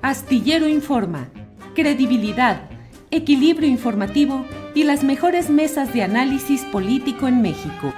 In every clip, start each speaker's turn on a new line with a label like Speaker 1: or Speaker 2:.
Speaker 1: Astillero Informa, credibilidad, equilibrio informativo y las mejores mesas de análisis político en México.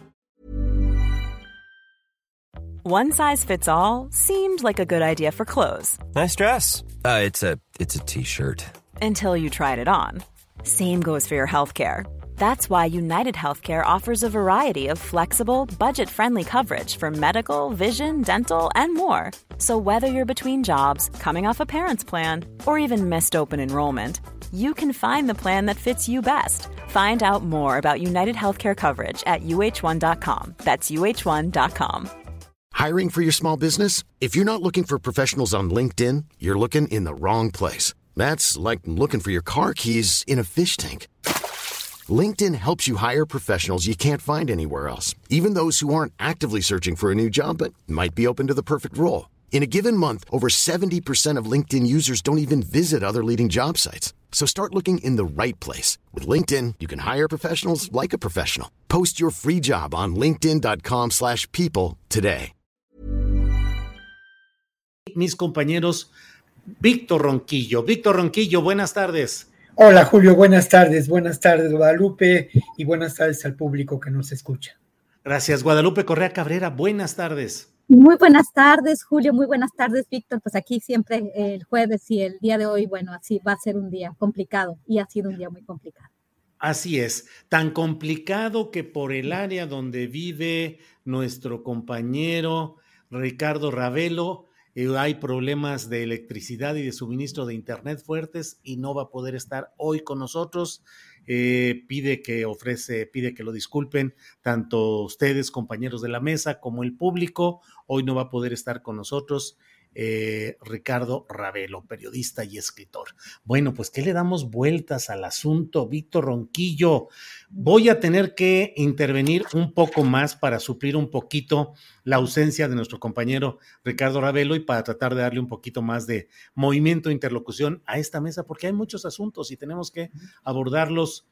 Speaker 2: One size fits all seemed like a good idea for clothes.
Speaker 3: Nice dress. It's a t-shirt.
Speaker 2: Until you tried it on. Same goes for your healthcare. That's why United Healthcare offers a variety of flexible, budget-friendly coverage for medical, vision, dental, and more. So whether you're between jobs, coming off a parent's plan, or even missed open enrollment, you can find the plan that fits you best. Find out more about United Healthcare coverage at uh1.com. That's uh1.com.
Speaker 4: Hiring for your small business? If you're not looking for professionals on LinkedIn, you're looking in the wrong place. That's like looking for your car keys in a fish tank. LinkedIn helps you hire professionals you can't find anywhere else, even those who aren't actively searching for a new job but might be open to the perfect role. In a given month, over 70% of LinkedIn users don't even visit other leading job sites. So start looking in the right place. With LinkedIn, you can hire professionals like a professional. Post your free job on linkedin.com/people today.
Speaker 5: Mis compañeros, Víctor Ronquillo. Víctor Ronquillo, buenas tardes.
Speaker 6: Hola Julio, buenas tardes Guadalupe y buenas tardes al público que nos escucha.
Speaker 5: Gracias. Guadalupe Correa Cabrera, buenas tardes.
Speaker 7: Muy buenas tardes Julio, muy buenas tardes Víctor, pues aquí siempre el jueves y el día de hoy, bueno, así va a ser un día complicado y ha sido un día muy complicado.
Speaker 5: Así es, tan complicado que por el área donde vive nuestro compañero Ricardo Ravelo, hay problemas de electricidad y de suministro de internet fuertes y no va a poder estar hoy con nosotros. Pide que lo disculpen tanto ustedes, compañeros de la mesa, como el público. Hoy no va a poder estar con nosotros Ricardo Ravelo, periodista y escritor. Bueno, pues ¿qué le damos vueltas al asunto, Víctor Ronquillo? Voy a tener que intervenir un poco más para suplir un poquito la ausencia de nuestro compañero Ricardo Ravelo y para tratar de darle un poquito más de movimiento e interlocución a esta mesa, porque hay muchos asuntos y tenemos que abordarlos.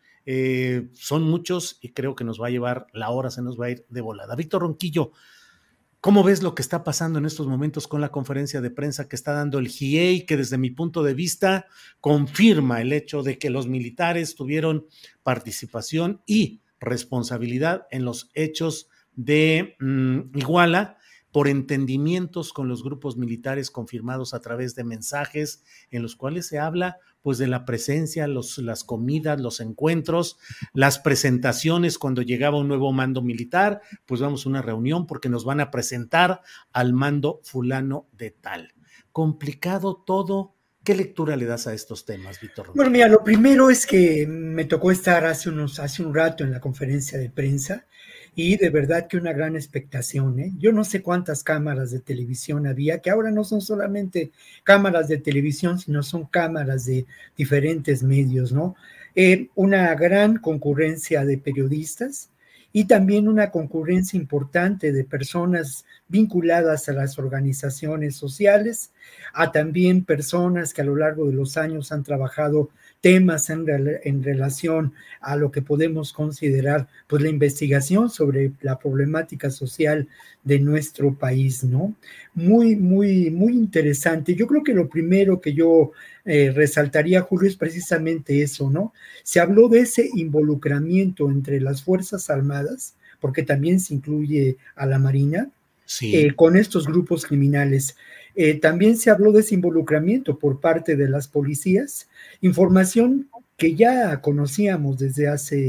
Speaker 5: Son muchos y creo que nos va a llevar, la hora se nos va a ir de volada. Víctor Ronquillo, ¿cómo ves lo que está pasando en estos momentos con la conferencia de prensa que está dando el GIEI, que desde mi punto de vista confirma el hecho de que los militares tuvieron participación y responsabilidad en los hechos de Iguala por entendimientos con los grupos militares confirmados a través de mensajes en los cuales se habla pues de la presencia, las comidas, los encuentros, las presentaciones cuando llegaba un nuevo mando militar, pues vamos a una reunión porque nos van a presentar al mando fulano de tal. Complicado todo. ¿Qué lectura le das a estos temas, Víctor?
Speaker 6: Bueno, mira, lo primero es que me tocó estar hace un rato en la conferencia de prensa y de verdad que una gran expectación, ¿eh? Yo no sé cuántas cámaras de televisión había, que ahora no son solamente cámaras de televisión, sino son cámaras de diferentes medios, ¿no? Una gran concurrencia de periodistas y también una concurrencia importante de personas vinculadas a las organizaciones sociales, a también personas que a lo largo de los años han trabajado temas en relación a lo que podemos considerar pues la investigación sobre la problemática social de nuestro país, ¿no? Muy, muy, muy interesante. Yo creo que lo primero que yo resaltaría, Julio, es precisamente eso, ¿no? Se habló de ese involucramiento entre las Fuerzas Armadas, porque también se incluye a la Marina, sí, con estos grupos criminales. También se habló de ese involucramiento por parte de las policías, información que ya conocíamos desde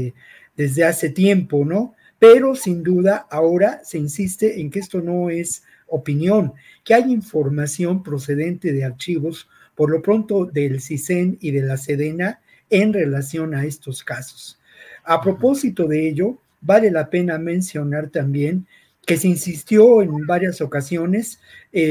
Speaker 6: hace tiempo, ¿no? Pero sin duda ahora se insiste en que esto no es opinión, que hay información procedente de archivos, por lo pronto del CISEN y de la Sedena, en relación a estos casos. A propósito de ello, vale la pena mencionar también que se insistió en varias ocasiones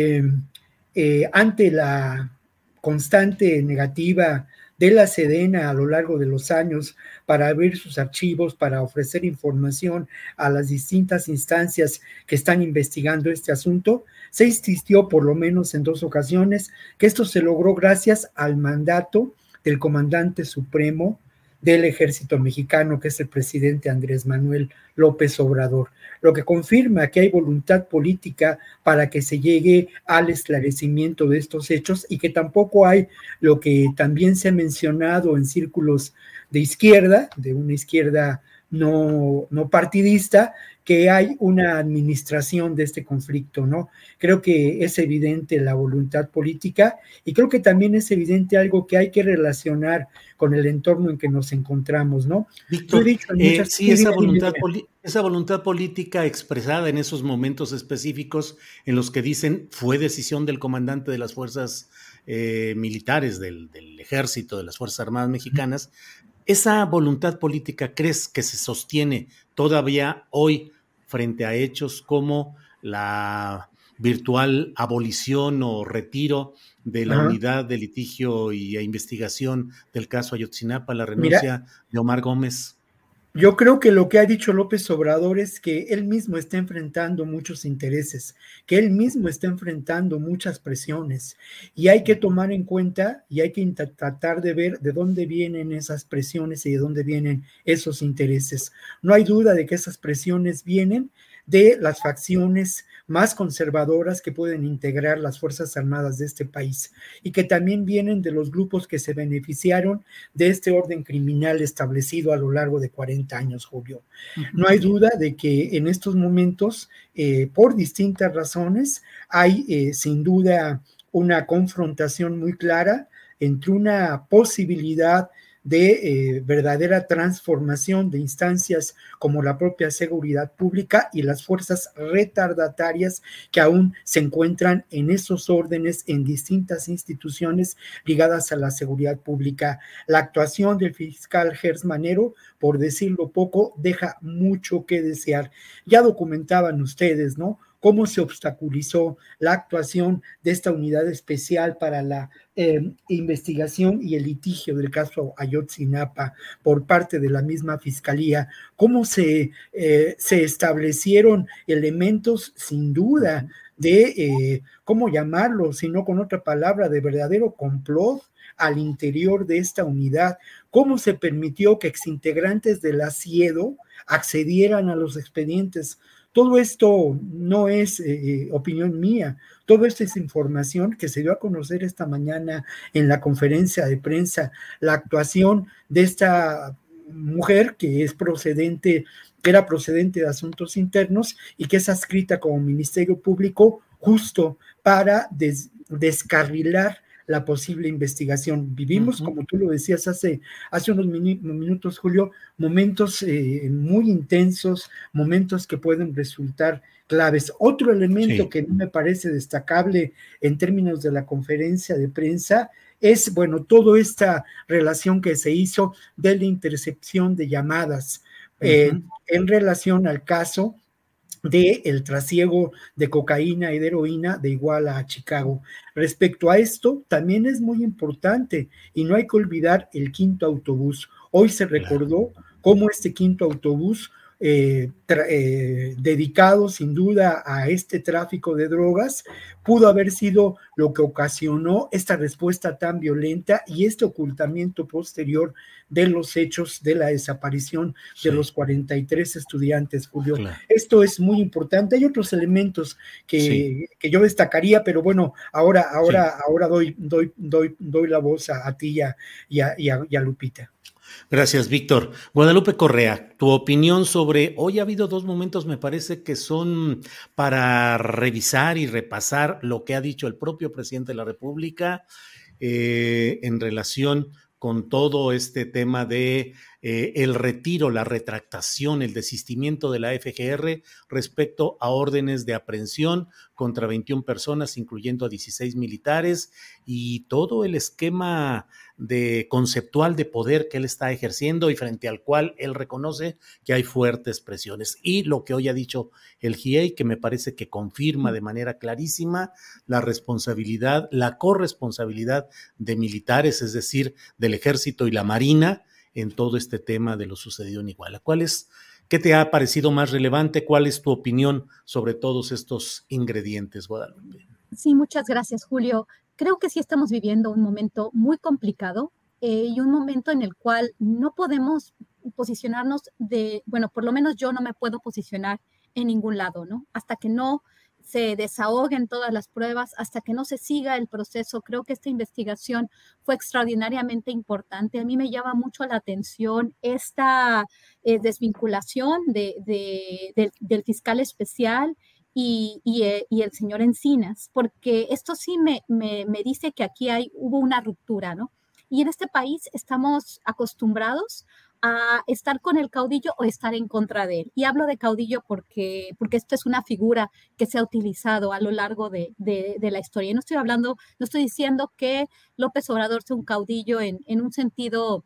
Speaker 6: ante la constante negativa de la Sedena a lo largo de los años para abrir sus archivos, para ofrecer información a las distintas instancias que están investigando este asunto. Se insistió por lo menos en 2 ocasiones que esto se logró gracias al mandato del comandante supremo del ejército mexicano, que es el presidente Andrés Manuel López Obrador, lo que confirma que hay voluntad política para que se llegue al esclarecimiento de estos hechos y que tampoco hay lo que también se ha mencionado en círculos de izquierda, de una izquierda no partidista, que hay una administración de este conflicto, ¿no? Creo que es evidente la voluntad política y creo que también es evidente algo que hay que relacionar con el entorno en que nos encontramos, ¿no?
Speaker 5: Víctor, sí, esa voluntad
Speaker 6: dime.
Speaker 5: política expresada en esos momentos específicos en los que dicen fue decisión del comandante de las fuerzas militares, del ejército, de las Fuerzas Armadas Mexicanas. ¿Esa voluntad política crees que se sostiene todavía hoy frente a hechos como la virtual abolición o retiro de la unidad de litigio e investigación del caso Ayotzinapa, la renuncia de Omar Gómez?
Speaker 6: Yo creo que lo que ha dicho López Obrador es que él mismo está enfrentando muchos intereses, que él mismo está enfrentando muchas presiones y hay que tomar en cuenta y hay que tratar de ver de dónde vienen esas presiones y de dónde vienen esos intereses. No hay duda de que esas presiones vienen de las facciones más conservadoras que pueden integrar las Fuerzas Armadas de este país y que también vienen de los grupos que se beneficiaron de este orden criminal establecido a lo largo de 40 años, Julio. No hay duda de que en estos momentos, por distintas razones, hay sin duda una confrontación muy clara entre una posibilidad de verdadera transformación de instancias como la propia seguridad pública y las fuerzas retardatarias que aún se encuentran en esos órdenes en distintas instituciones ligadas a la seguridad pública. La actuación del fiscal Gers Manero, por decirlo poco, deja mucho que desear. Ya documentaban ustedes, ¿no?, cómo se obstaculizó la actuación de esta unidad especial para la investigación y el litigio del caso Ayotzinapa por parte de la misma fiscalía, cómo se establecieron elementos sin duda de, ¿cómo llamarlo? Si no con otra palabra, de verdadero complot al interior de esta unidad, cómo se permitió que exintegrantes del ASIEDO accedieran a los expedientes. Todo esto no es opinión mía, todo esto es información que se dio a conocer esta mañana en la conferencia de prensa, la actuación de esta mujer que era procedente de Asuntos Internos y que es adscrita como Ministerio Público justo para descarrilar la posible investigación. Vivimos, como tú lo decías hace unos minutos, Julio, momentos muy intensos, momentos que pueden resultar claves. Otro elemento que no me parece destacable en términos de la conferencia de prensa es, bueno, toda esta relación que se hizo de la intercepción de llamadas en relación al caso del trasiego de cocaína y de heroína de Iguala a Chicago. Respecto a esto, también es muy importante y no hay que olvidar el quinto autobús. Hoy se recordó cómo este quinto autobús dedicado sin duda a este tráfico de drogas, pudo haber sido lo que ocasionó esta respuesta tan violenta y este ocultamiento posterior de los hechos de la desaparición de los 43 estudiantes, Julio. Esto es muy importante. Hay otros elementos que yo destacaría, pero bueno, ahora doy la voz a ti y a Lupita.
Speaker 5: Gracias, Víctor. Guadalupe Correa, tu opinión sobre, hoy ha habido dos momentos, me parece que son para revisar y repasar lo que ha dicho el propio presidente de la República en relación con todo este tema de el retiro, la retractación, el desistimiento de la FGR respecto a órdenes de aprehensión contra 21 personas, incluyendo a 16 militares, y todo el esquema conceptual de poder que él está ejerciendo y frente al cual él reconoce que hay fuertes presiones. Y lo que hoy ha dicho el GIEI, que me parece que confirma de manera clarísima la responsabilidad, la corresponsabilidad de militares, es decir, del Ejército y la Marina, en todo este tema de lo sucedido en Iguala. ¿Qué te ha parecido más relevante? ¿Cuál es tu opinión sobre todos estos ingredientes, Guadalupe?
Speaker 7: Sí, muchas gracias, Julio. Creo que sí estamos viviendo un momento muy complicado y un momento en el cual no podemos posicionarnos bueno, por lo menos yo no me puedo posicionar en ningún lado, ¿no? Hasta que no se desahoguen todas las pruebas, hasta que no se siga el proceso. Creo que esta investigación fue extraordinariamente importante. A mí me llama mucho la atención esta desvinculación del fiscal especial y el señor Encinas, porque esto sí me dice que aquí hubo una ruptura, ¿no? Y en este país estamos acostumbrados a estar con el caudillo o estar en contra de él. Y hablo de caudillo porque esto es una figura que se ha utilizado a lo largo de la historia. Y no estoy diciendo que López Obrador sea un caudillo en un sentido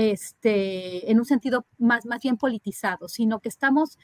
Speaker 7: más bien politizado, sino que estamos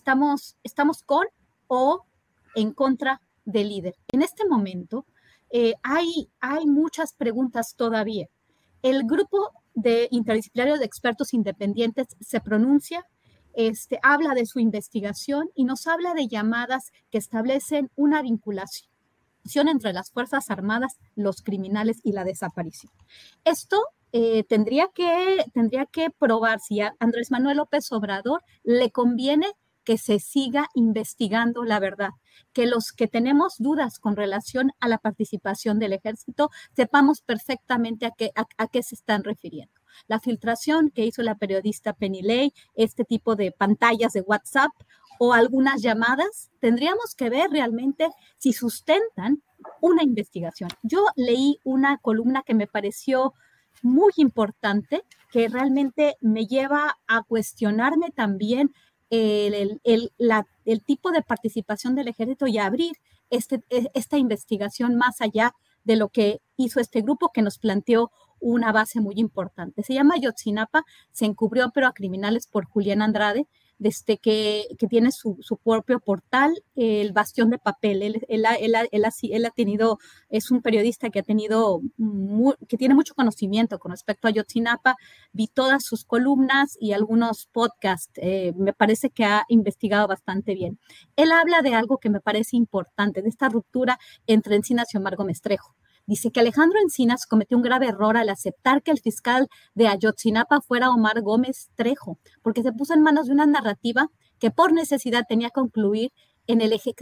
Speaker 7: con o en contra del líder. En este momento hay muchas preguntas todavía. El grupo interdisciplinario de expertos independientes se pronuncia, habla de su investigación y nos habla de llamadas que establecen una vinculación entre las Fuerzas Armadas, los criminales y la desaparición. Esto tendría que probar si a Andrés Manuel López Obrador le conviene que se siga investigando la verdad, que los que tenemos dudas con relación a la participación del ejército sepamos perfectamente a qué se están refiriendo. La filtración que hizo la periodista Penny Lay, este tipo de pantallas de WhatsApp o algunas llamadas, tendríamos que ver realmente si sustentan una investigación. Yo leí una columna que me pareció muy importante, que realmente me lleva a cuestionarme también el tipo de participación del ejército y abrir esta investigación más allá de lo que hizo este grupo que nos planteó una base muy importante. Se llama Ayotzinapa, se encubrió pero a criminales por Julián Andrade, desde que tiene su propio portal, El Bastión de Papel. Él ha tenido, es un periodista que que tiene mucho conocimiento con respecto a Ayotzinapa. Vi todas sus columnas y algunos podcasts. Me parece que ha investigado bastante bien. Él habla de algo que me parece importante, de esta ruptura entre Encinas y Omar Gómez Trejo. Dice que Alejandro Encinas cometió un grave error al aceptar que el fiscal de Ayotzinapa fuera Omar Gómez Trejo, porque se puso en manos de una narrativa que por necesidad tenía que concluir en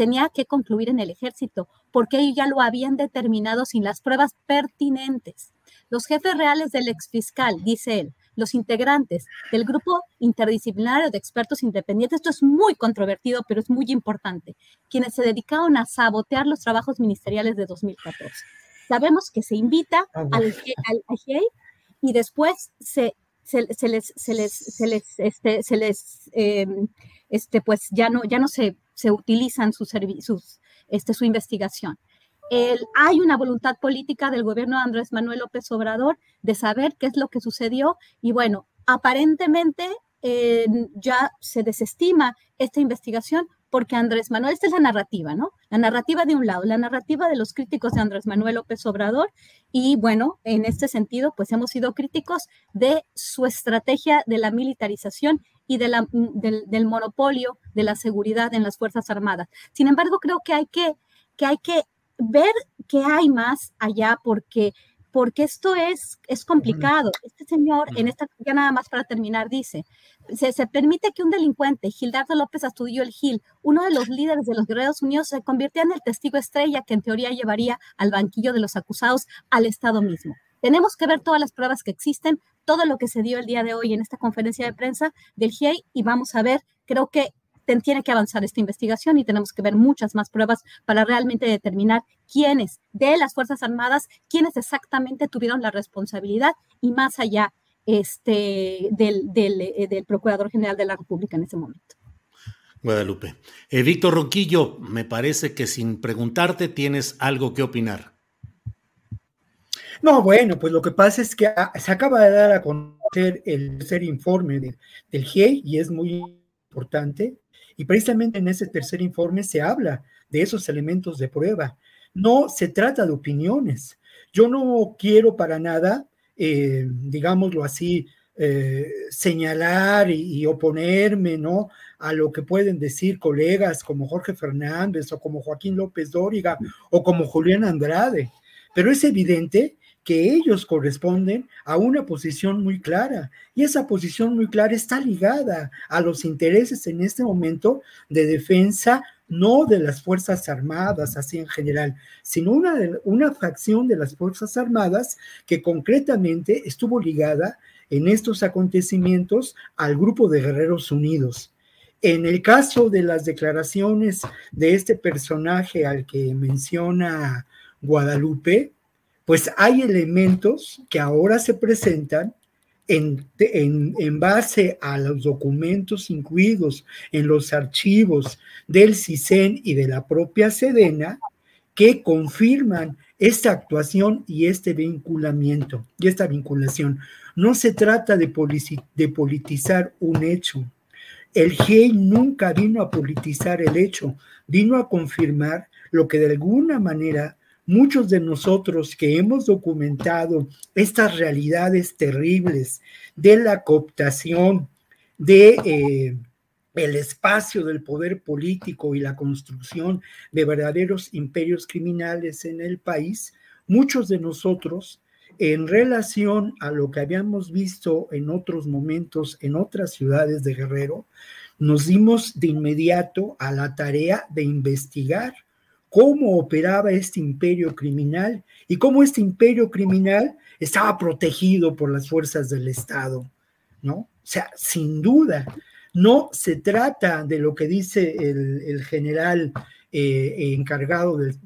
Speaker 7: el ejército, porque ellos ya lo habían determinado sin las pruebas pertinentes. Los jefes reales del exfiscal, dice él, los integrantes del grupo interdisciplinario de expertos independientes, esto es muy controvertido, pero es muy importante, quienes se dedicaron a sabotear los trabajos ministeriales de 2014. Sabemos que se invita al GIEI y después pues ya no se utilizan su investigación. Hay una voluntad política del gobierno de Andrés Manuel López Obrador de saber qué es lo que sucedió y bueno, aparentemente ya se desestima esta investigación porque Andrés Manuel, esta es la narrativa, ¿no? La narrativa de un lado, la narrativa de los críticos de Andrés Manuel López Obrador y bueno, en este sentido, pues hemos sido críticos de su estrategia de la militarización y del monopolio de la seguridad en las Fuerzas Armadas. Sin embargo, creo que hay que ver qué hay más allá porque esto es complicado. Este señor, ya nada más para terminar, dice, se permite que un delincuente, Gildardo López Astudillo el Gil, uno de los líderes de los Guerreros Unidos, se convirtiera en el testigo estrella que en teoría llevaría al banquillo de los acusados al Estado mismo. Tenemos que ver todas las pruebas que existen, todo lo que se dio el día de hoy en esta conferencia de prensa del GIEI y vamos a ver, creo que tiene que avanzar esta investigación y tenemos que ver muchas más pruebas para realmente determinar quiénes de las Fuerzas Armadas, quiénes exactamente tuvieron la responsabilidad y más allá del Procurador General de la República en ese momento.
Speaker 5: Guadalupe. Víctor Ronquillo, me parece que sin preguntarte tienes algo que opinar.
Speaker 6: No, bueno, pues lo que pasa es que se acaba de dar a conocer el tercer informe del GIEI y es muy importante. Y precisamente en ese tercer informe se habla de esos elementos de prueba. No se trata de opiniones. Yo no quiero para nada, digámoslo así, señalar y oponerme, ¿no?, a lo que pueden decir colegas como Jorge Fernández o como Joaquín López Dóriga o como Julián Andrade. Pero es evidente que ellos corresponden a una posición muy clara, y esa posición muy clara está ligada a los intereses en este momento de defensa, no de las Fuerzas Armadas así en general, sino una facción de las Fuerzas Armadas que concretamente estuvo ligada en estos acontecimientos al grupo de Guerreros Unidos. En el caso de las declaraciones de este personaje al que menciona Guadalupe, pues hay elementos que ahora se presentan en base a los documentos incluidos en los archivos del CISEN y de la propia Sedena, que confirman esta actuación y este vinculamiento, y esta vinculación. No se trata de politizar un hecho. El GIEI nunca vino a politizar el hecho, vino a confirmar lo que de alguna manera muchos de nosotros que hemos documentado estas realidades terribles de la cooptación, de el espacio del poder político y la construcción de verdaderos imperios criminales en el país, muchos de nosotros, en relación a lo que habíamos visto en otros momentos en otras ciudades de Guerrero, nos dimos de inmediato a la tarea de investigar cómo operaba este imperio criminal y cómo este imperio criminal estaba protegido por las fuerzas del Estado, ¿no? O sea, sin duda, no se trata de lo que dice el general encargado del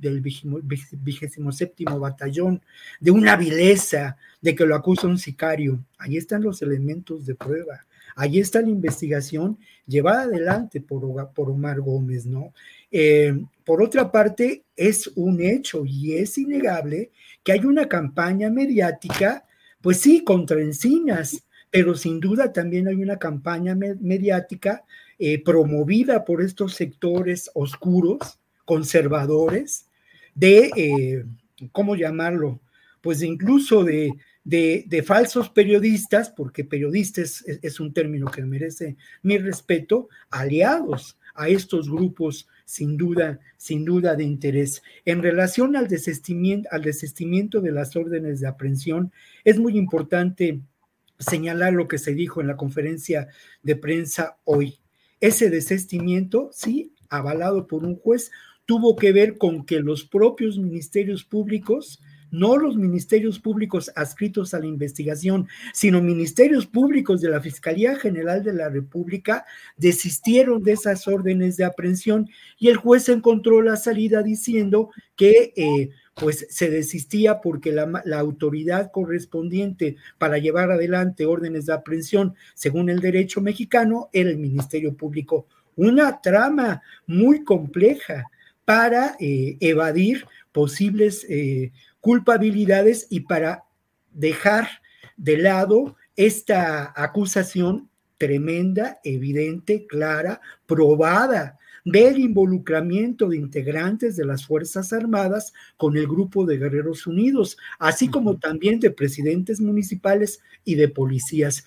Speaker 6: 27º Batallón, de una vileza, de que lo acusa un sicario. Ahí están los elementos de prueba. Ahí está la investigación llevada adelante por Omar Gómez, ¿no? Por otra parte, es un hecho y es innegable que hay una campaña mediática, pues sí, contra Encinas, pero sin duda también hay una campaña mediática promovida por estos sectores oscuros, conservadores, de, ¿cómo llamarlo? Pues incluso de falsos periodistas, porque periodista es un término que merece mi respeto, aliados a estos grupos sin duda de interés. En relación al desistimiento de las órdenes de aprehensión, es muy importante señalar lo que se dijo en la conferencia de prensa hoy. Ese desistimiento, sí, avalado por un juez, tuvo que ver con que los propios ministerios públicos, no los ministerios públicos adscritos a la investigación, sino ministerios públicos de la Fiscalía General de la República, desistieron de esas órdenes de aprehensión y el juez encontró la salida diciendo que pues se desistía porque la autoridad correspondiente para llevar adelante órdenes de aprehensión según el derecho mexicano era el Ministerio Público. Una trama muy compleja para evadir posibles culpabilidades y para dejar de lado esta acusación tremenda, evidente, clara, probada del involucramiento de integrantes de las Fuerzas Armadas con el grupo de Guerreros Unidos, así como también de presidentes municipales y de policías.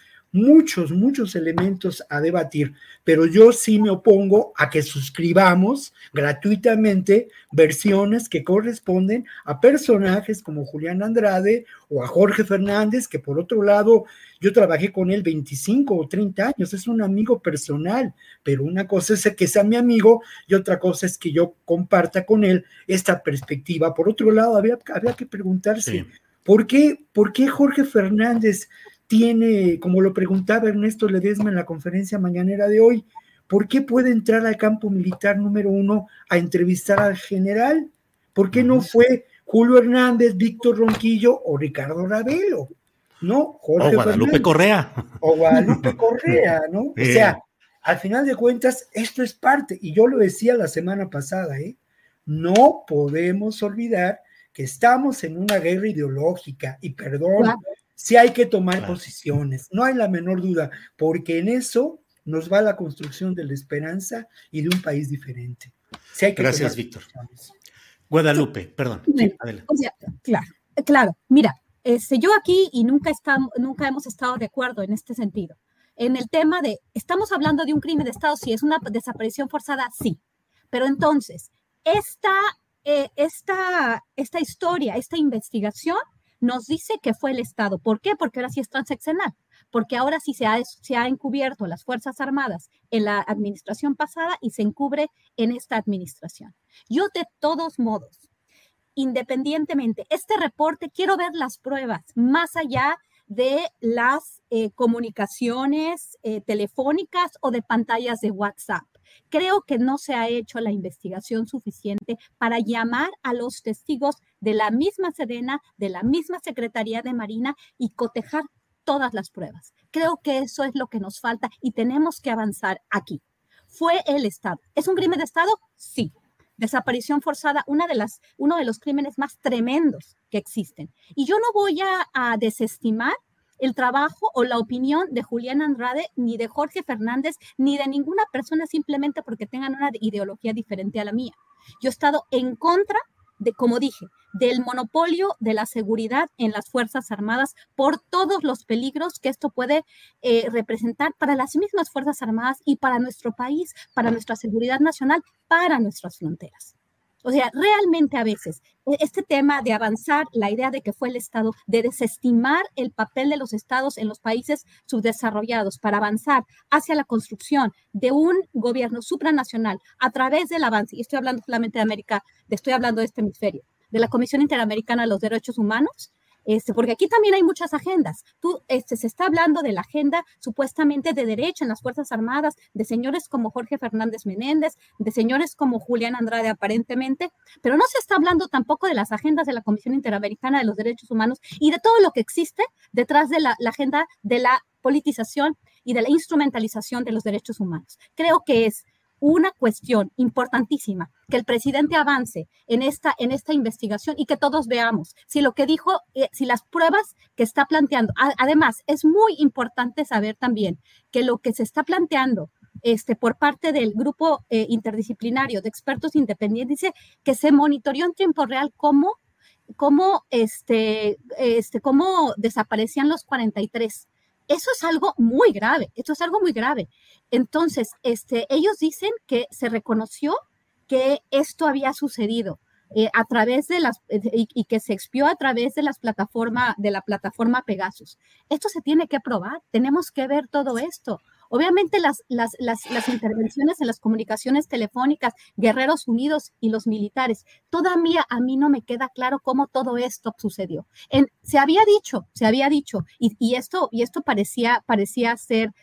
Speaker 6: Muchos elementos a debatir, pero yo sí me opongo a que suscribamos gratuitamente versiones que corresponden a personajes como Julián Andrade o a Jorge Fernández, que por otro lado yo trabajé con él 25 o 30 años, es un amigo personal, pero una cosa es que sea mi amigo y otra cosa es que yo comparta con él esta perspectiva. Por otro lado, había que preguntarse, sí, ¿por qué Jorge Fernández tiene, como lo preguntaba Ernesto Ledesma en la conferencia mañanera de hoy, ¿por qué puede entrar al campo militar número 1 a entrevistar al general? ¿Por qué no fue Julio Hernández, Víctor Ronquillo o Ricardo Ravelo? ¿No? Jorge
Speaker 5: o Guadalupe
Speaker 6: Fernández.
Speaker 5: Correa.
Speaker 6: O Guadalupe Correa, ¿no? O sea, al final de cuentas, esto es parte, y yo lo decía la semana pasada, no podemos olvidar que estamos en una guerra ideológica, y perdón, sí hay que tomar posiciones, no hay la menor duda, porque en eso nos va la construcción de la esperanza y de un país diferente. Sí hay que
Speaker 5: Gracias, Víctor. Guadalupe, perdón. Sí, adelante.
Speaker 7: O sea, claro. Mira, yo aquí y nunca hemos estado de acuerdo en este sentido. En el tema de, estamos hablando de un crimen de Estado, si es una desaparición forzada, sí. Pero entonces, esta historia, esta investigación nos dice que fue el Estado. ¿Por qué? Porque ahora sí es transeccional, porque ahora sí se ha encubierto las Fuerzas Armadas en la administración pasada y se encubre en esta administración. Yo de todos modos, independientemente, este reporte, quiero ver las pruebas, más allá de las comunicaciones telefónicas o de pantallas de WhatsApp. Creo que no se ha hecho la investigación suficiente para llamar a los testigos de la misma Sedena, de la misma Secretaría de Marina y cotejar todas las pruebas. Creo que eso es lo que nos falta y tenemos que avanzar aquí. Fue el Estado. ¿Es un crimen de Estado? Sí. Desaparición forzada, uno de los crímenes más tremendos que existen. Y yo no voy a desestimar el trabajo o la opinión de Julián Andrade, ni de Jorge Fernández, ni de ninguna persona simplemente porque tengan una ideología diferente a la mía. Yo he estado en contra de, como dije, del monopolio de la seguridad en las Fuerzas Armadas por todos los peligros que esto puede representar para las mismas Fuerzas Armadas y para nuestro país, para nuestra seguridad nacional, para nuestras fronteras. O sea, realmente a veces este tema de avanzar, la idea de que fue el Estado, de desestimar el papel de los Estados en los países subdesarrollados para avanzar hacia la construcción de un gobierno supranacional a través del avance, y estoy hablando solamente de América, estoy hablando de este hemisferio, de la Comisión Interamericana de los Derechos Humanos, porque aquí también hay muchas agendas. Se está hablando de la agenda supuestamente de derecho en las Fuerzas Armadas, de señores como Jorge Fernández Menéndez, de señores como Julián Andrade aparentemente, pero no se está hablando tampoco de las agendas de la Comisión Interamericana de los Derechos Humanos y de todo lo que existe detrás de la agenda de la politización y de la instrumentalización de los derechos humanos. Creo que es una cuestión importantísima que el presidente avance en esta investigación y que todos veamos si lo que dijo, si las pruebas que está planteando. Además, es muy importante saber también que lo que se está planteando por parte del grupo interdisciplinario de expertos independientes dice que se monitoreó en tiempo real cómo desaparecían los 43. Eso es algo muy grave, Entonces, ellos dicen que se reconoció que esto había sucedido a través de y que se expió a través de la plataforma Pegasus. Esto se tiene que probar, tenemos que ver todo esto. Obviamente las intervenciones en las comunicaciones telefónicas, Guerreros Unidos y los militares, todavía a mí no me queda claro cómo todo esto sucedió. Se había dicho, y esto parecía ser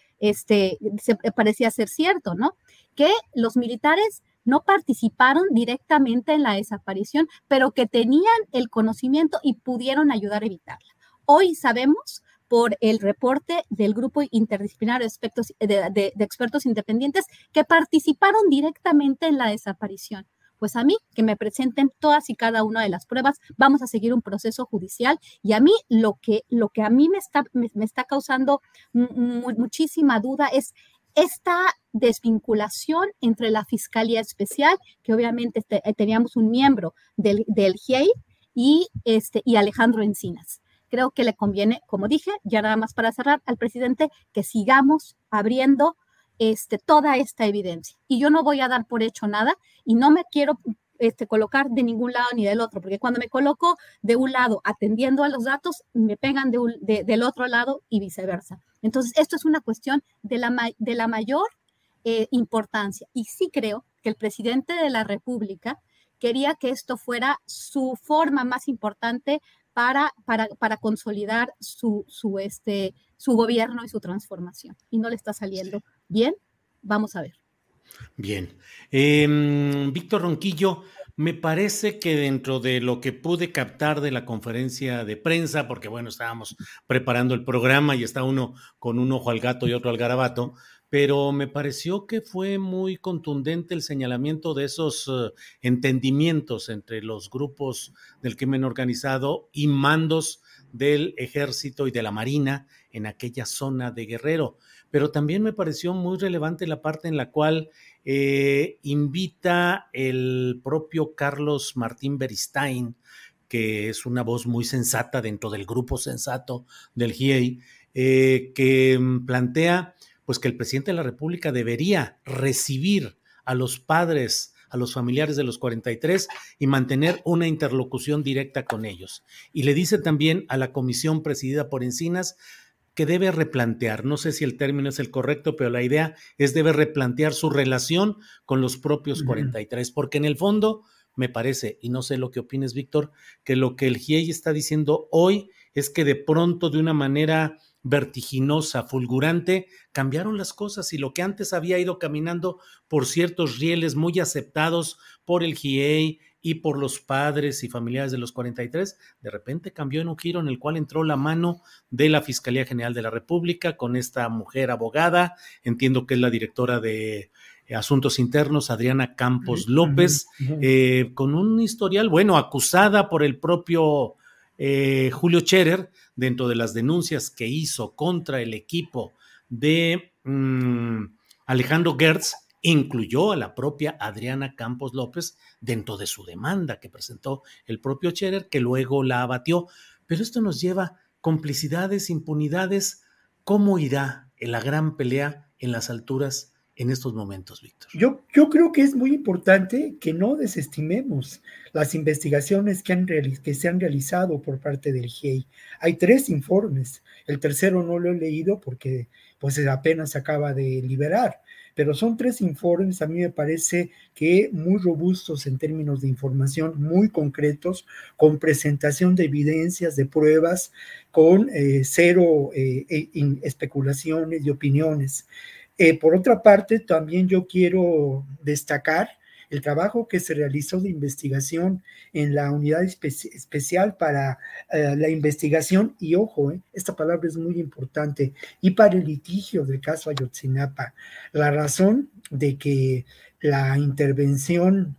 Speaker 7: cierto, ¿no? Que los militares no participaron directamente en la desaparición, pero que tenían el conocimiento y pudieron ayudar a evitarla. Hoy sabemos por el reporte del grupo interdisciplinario de expertos independientes que participaron directamente en la desaparición. Pues a mí, que me presenten todas y cada una de las pruebas, vamos a seguir un proceso judicial y a mí lo que a mí me está causando muchísima duda es esta desvinculación entre la Fiscalía Especial, que obviamente teníamos un miembro del GIEI y Alejandro Encinas. Creo que le conviene, como dije, ya nada más para cerrar, al presidente que sigamos abriendo toda esta evidencia. Y yo no voy a dar por hecho nada y no me quiero colocar de ningún lado ni del otro, porque cuando me coloco de un lado atendiendo a los datos, me pegan del otro lado y viceversa. Entonces, esto es una cuestión de la mayor importancia. Y sí creo que el presidente de la República quería que esto fuera su forma más importante para consolidar su gobierno y su transformación. Y no le está saliendo bien. Vamos a ver.
Speaker 5: Bien. Víctor Ronquillo, me parece que dentro de lo que pude captar de la conferencia de prensa, porque bueno, estábamos preparando el programa y está uno con un ojo al gato y otro al garabato, pero me pareció que fue muy contundente el señalamiento de esos entendimientos entre los grupos del crimen organizado y mandos del Ejército y de la Marina en aquella zona de Guerrero. Pero también me pareció muy relevante la parte en la cual invita el propio Carlos Martín Beristain, que es una voz muy sensata dentro del grupo sensato del GIEI, que plantea pues que el presidente de la República debería recibir a los padres a los familiares de los 43 y mantener una interlocución directa con ellos. Y le dice también a la comisión presidida por Encinas que debe replantear, no sé si el término es el correcto, pero la idea es debe replantear su relación con los propios 43, porque en el fondo me parece, y no sé lo que opines, Víctor, que lo que el GIEI está diciendo hoy es que de pronto, de una manera vertiginosa, fulgurante, cambiaron las cosas y lo que antes había ido caminando por ciertos rieles muy aceptados por el GIEI y por los padres y familiares de los 43, de repente cambió en un giro en el cual entró la mano de la Fiscalía General de la República con esta mujer abogada, entiendo que es la directora de Asuntos Internos, Adriana Campos López, con un historial, bueno, acusada por el propio Julio Scherer, dentro de las denuncias que hizo contra el equipo de Alejandro Gertz, incluyó a la propia Adriana Campos López dentro de su demanda que presentó el propio Scherer, que luego la abatió. Pero esto nos lleva complicidades, impunidades. ¿Cómo irá en la gran pelea en las alturas en estos momentos, Víctor?
Speaker 6: Yo creo que es muy importante que no desestimemos las investigaciones que se han realizado por parte del GIEI. Hay 3 informes. El tercero no lo he leído porque pues apenas se acaba de liberar, pero son 3 informes, a mí me parece que muy robustos en términos de información, muy concretos, con presentación de evidencias, de pruebas, con cero especulaciones y opiniones. Por otra parte, también yo quiero destacar el trabajo que se realizó de investigación en la unidad especial para la investigación, y ojo, esta palabra es muy importante, y para el litigio del caso Ayotzinapa. La razón de que la intervención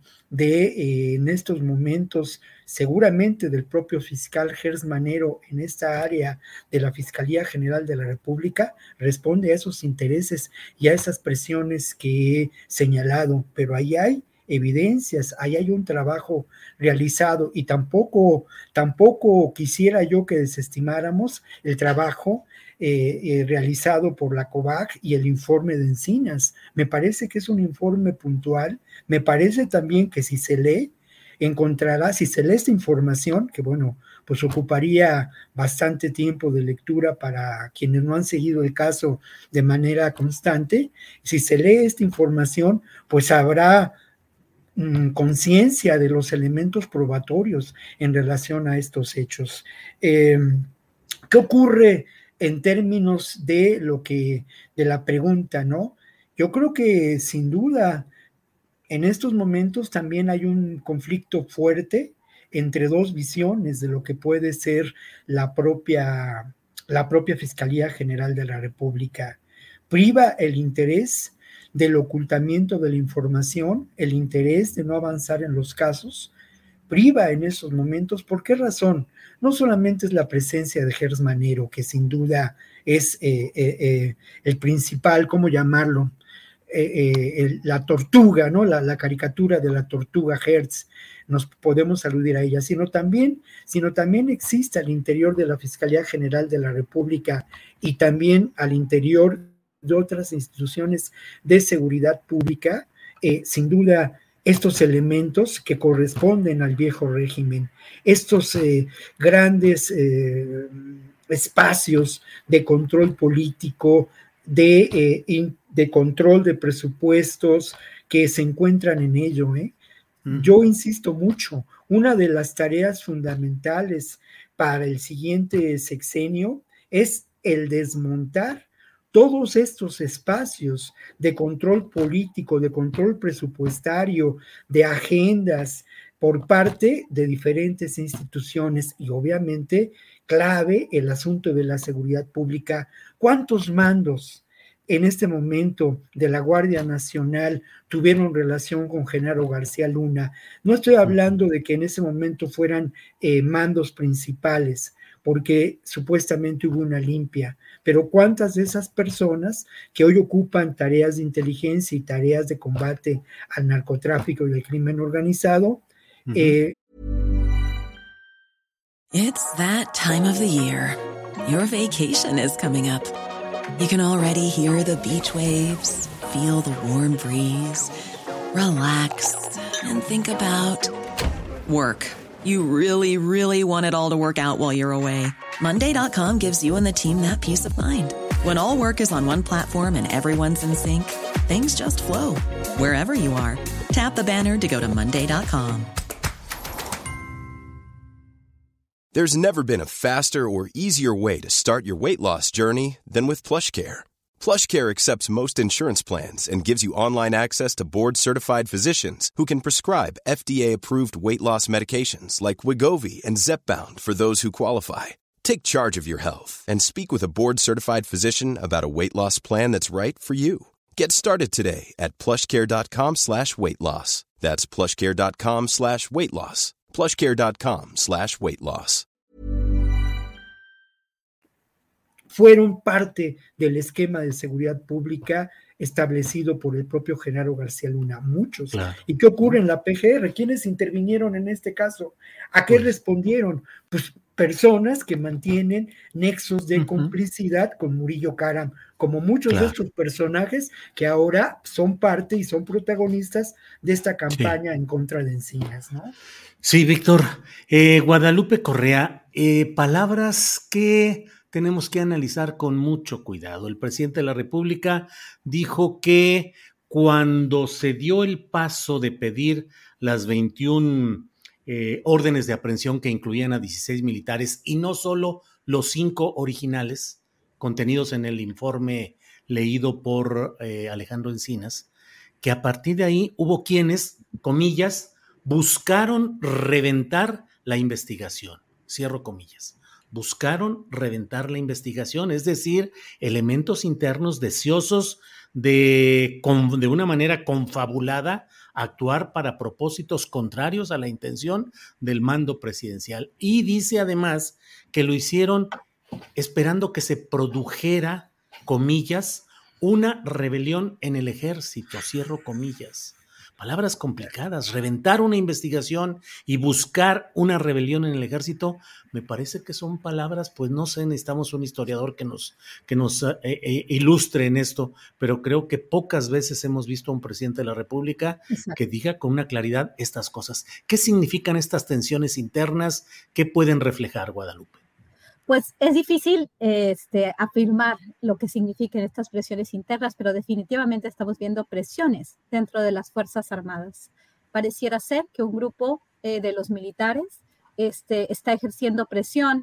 Speaker 6: en estos momentos, seguramente del propio fiscal Gertz Manero en esta área de la Fiscalía General de la República, responde a esos intereses y a esas presiones que he señalado, pero ahí hay evidencias, ahí hay un trabajo realizado, y tampoco quisiera yo que desestimáramos el trabajo realizado por la COVAG y el informe de Encinas. Me parece que es un informe puntual, me parece también que si se lee esta información, que bueno, pues ocuparía bastante tiempo de lectura para quienes no han seguido el caso de manera constante, si se lee esta información, pues habrá conciencia de los elementos probatorios en relación a estos hechos. ¿Qué ocurre en términos de la pregunta, no? Yo creo que sin duda en estos momentos también hay un conflicto fuerte entre 2 visiones de lo que puede ser la propia Fiscalía General de la República. Priva el interés del ocultamiento de la información, el interés de no avanzar en los casos, priva en esos momentos. ¿Por qué razón? No solamente es la presencia de Gertz Manero, que sin duda es el principal, ¿cómo llamarlo? La tortuga, ¿no? La caricatura de la tortuga Gertz, nos podemos aludir a ella, sino también existe al interior de la Fiscalía General de la República y también al interior de otras instituciones de seguridad pública, sin duda estos elementos que corresponden al viejo régimen, estos grandes espacios de control político, de control de presupuestos que se encuentran en ello. Yo insisto mucho, una de las tareas fundamentales para el siguiente sexenio es el desmontar todos estos espacios de control político, de control presupuestario, de agendas por parte de diferentes instituciones, y obviamente clave el asunto de la seguridad pública. ¿Cuántos mandos en este momento de la Guardia Nacional tuvieron relación con Genaro García Luna? No estoy hablando de que en ese momento fueran mandos principales, porque supuestamente hubo una limpia, pero ¿cuántas de esas personas que hoy ocupan tareas de inteligencia y tareas de combate al narcotráfico y al crimen organizado?
Speaker 8: It's that time of the year. Your vacation is coming up. You can already hear the beach waves, feel the warm breeze, relax, and think about work. You really, really want it all to work out while you're away. Monday.com gives you and the team that peace of mind. When all work is on one platform and everyone's in sync, things just flow. Wherever you are, tap the banner to go to Monday.com.
Speaker 3: There's never been a faster or easier way to start your weight loss journey than with PlushCare. PlushCare accepts most insurance plans and gives you online access to board-certified physicians who can prescribe FDA-approved weight loss medications like Wegovy and Zepbound for those who qualify. Take charge of your health and speak with a board-certified physician about a weight loss plan that's right for you. Get started today at plushcare.com/weight loss. That's plushcare.com/weight loss. plushcare.com/weight loss.
Speaker 6: Fueron parte del esquema de seguridad pública establecido por el propio Genaro García Luna, muchos.
Speaker 5: Claro.
Speaker 6: ¿Y qué ocurre en la PGR? ¿Quiénes intervinieron en este caso? ¿A qué respondieron? Pues personas que mantienen nexos de complicidad con Murillo Karam, como muchos de estos personajes que ahora son parte y son protagonistas de esta campaña en contra de Encinas, ¿no?
Speaker 5: Sí, Víctor. Guadalupe Correa, palabras que tenemos que analizar con mucho cuidado. El presidente de la República dijo que cuando se dio el paso de pedir las 21 órdenes de aprehensión que incluían a 16 militares y no solo los 5 originales contenidos en el informe leído por Alejandro Encinas, que a partir de ahí hubo quienes, comillas, buscaron reventar la investigación, cierro comillas. Buscaron reventar la investigación, es decir, elementos internos deseosos de una manera confabulada actuar para propósitos contrarios a la intención del mando presidencial. Y dice además que lo hicieron esperando que se produjera, comillas, una rebelión en el ejército, cierro comillas. Palabras complicadas, reventar una investigación y buscar una rebelión en el ejército, me parece que son palabras, pues no sé, necesitamos un historiador que nos ilustre en esto, pero creo que pocas veces hemos visto a un presidente de la República que diga con una claridad estas cosas. ¿Qué significan estas tensiones internas? ¿Qué pueden reflejar, Guadalupe?
Speaker 7: Pues es difícil afirmar lo que significan estas presiones internas, pero definitivamente estamos viendo presiones dentro de las Fuerzas Armadas. Pareciera ser que un grupo de los militares está ejerciendo presión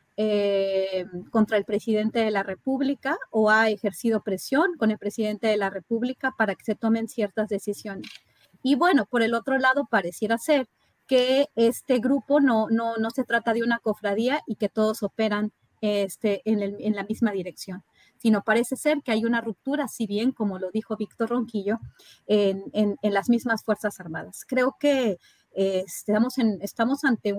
Speaker 7: contra el presidente de la República o ha ejercido presión con el presidente de la República para que se tomen ciertas decisiones. Y bueno, por el otro lado, pareciera ser que este grupo no se trata de una cofradía y que todos operan en la misma dirección, sino parece ser que hay una ruptura, si bien, como lo dijo Víctor Ronquillo, en las mismas Fuerzas Armadas. Creo que estamos ante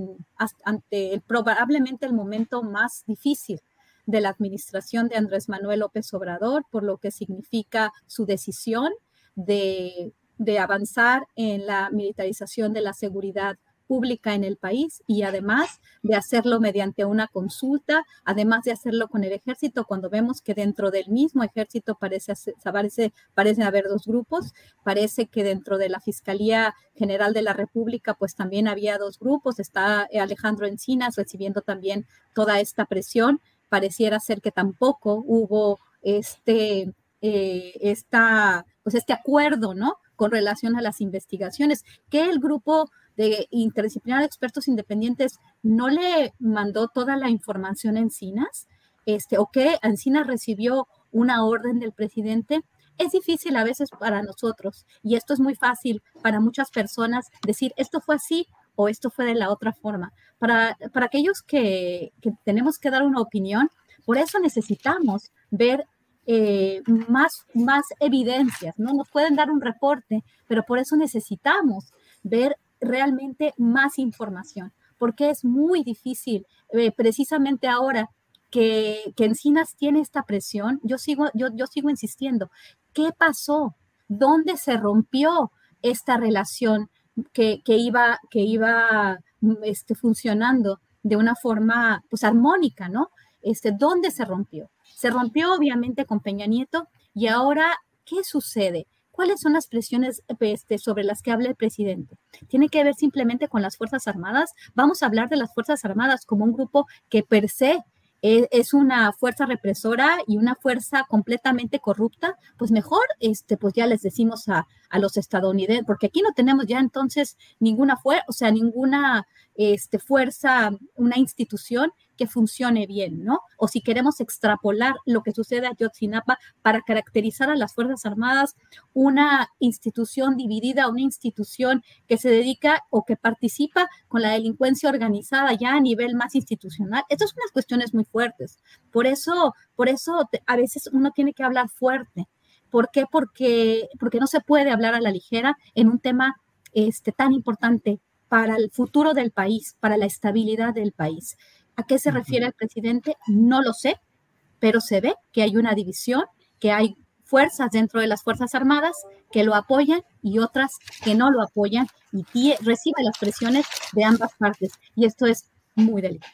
Speaker 7: probablemente el momento más difícil de la administración de Andrés Manuel López Obrador, por lo que significa su decisión de avanzar en la militarización de la seguridad pública en el país y además de hacerlo mediante una consulta, además de hacerlo con el ejército, cuando vemos que dentro del mismo ejército parecen haber dos grupos, parece que dentro de la Fiscalía General de la República pues también había dos grupos, está Alejandro Encinas recibiendo también toda esta presión, pareciera ser que tampoco hubo este acuerdo, ¿no?, con relación a las investigaciones, que el grupo de interdisciplinario de expertos independientes no le mandó toda la información a Encinas, o que Encinas recibió una orden del presidente. Es difícil a veces para nosotros, y esto es muy fácil para muchas personas, decir esto fue así o esto fue de la otra forma. Para aquellos que tenemos que dar una opinión, por eso necesitamos ver más evidencias, ¿no? Nos pueden dar un reporte, pero por eso necesitamos ver realmente más información, porque es muy difícil, precisamente ahora que Encinas tiene esta presión, yo sigo insistiendo, ¿qué pasó? ¿Dónde se rompió esta relación que iba funcionando de una forma pues armónica, ¿no? ¿Dónde se rompió? Se rompió obviamente con Peña Nieto y ahora, ¿qué sucede? ¿Cuáles son las presiones sobre las que habla el presidente? ¿Tiene que ver simplemente con las Fuerzas Armadas? Vamos a hablar de las Fuerzas Armadas como un grupo que per se es una fuerza represora y una fuerza completamente corrupta. Pues mejor, pues ya les decimos a los estadounidenses, porque aquí no tenemos ya entonces ninguna fuerza, o sea, ninguna fuerza, una institución que funcione bien, ¿no? O si queremos extrapolar lo que sucede a Ayotzinapa para caracterizar a las Fuerzas Armadas, una institución dividida, una institución que se dedica o que participa con la delincuencia organizada ya a nivel más institucional. Estas son unas cuestiones muy fuertes. Por eso a veces uno tiene que hablar fuerte. ¿Por qué? Porque no se puede hablar a la ligera en un tema tan importante para el futuro del país, para la estabilidad del país. ¿A qué se refiere el presidente? No lo sé, pero se ve que hay una división, que hay fuerzas dentro de las Fuerzas Armadas que lo apoyan y otras que no lo apoyan y recibe las presiones de ambas partes. Y esto es muy delicado.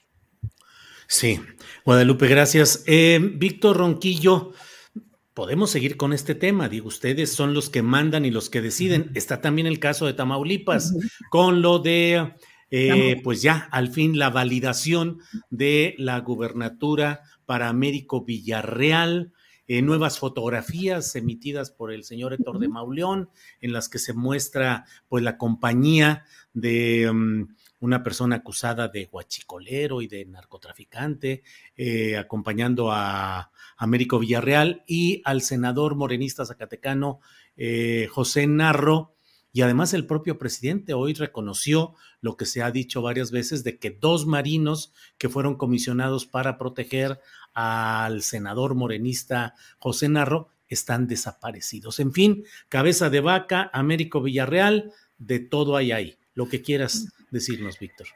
Speaker 5: Sí, Guadalupe, gracias. Víctor Ronquillo, podemos seguir con este tema. Digo, ustedes son los que mandan y los que deciden. Está también el caso de Tamaulipas, con lo de, pues ya, al fin, la validación de la gubernatura para Américo Villarreal. Nuevas fotografías emitidas por el señor Héctor de Mauleón, en las que se muestra pues la compañía de una persona acusada de huachicolero y de narcotraficante, acompañando a Américo Villarreal y al senador morenista zacatecano José Narro. Y además el propio presidente hoy reconoció lo que se ha dicho varias veces de que 2 marinos que fueron comisionados para proteger al senador morenista José Narro están desaparecidos. En fin, cabeza de vaca, Américo Villarreal, de todo hay ahí. Lo que quieras decirnos, Víctor.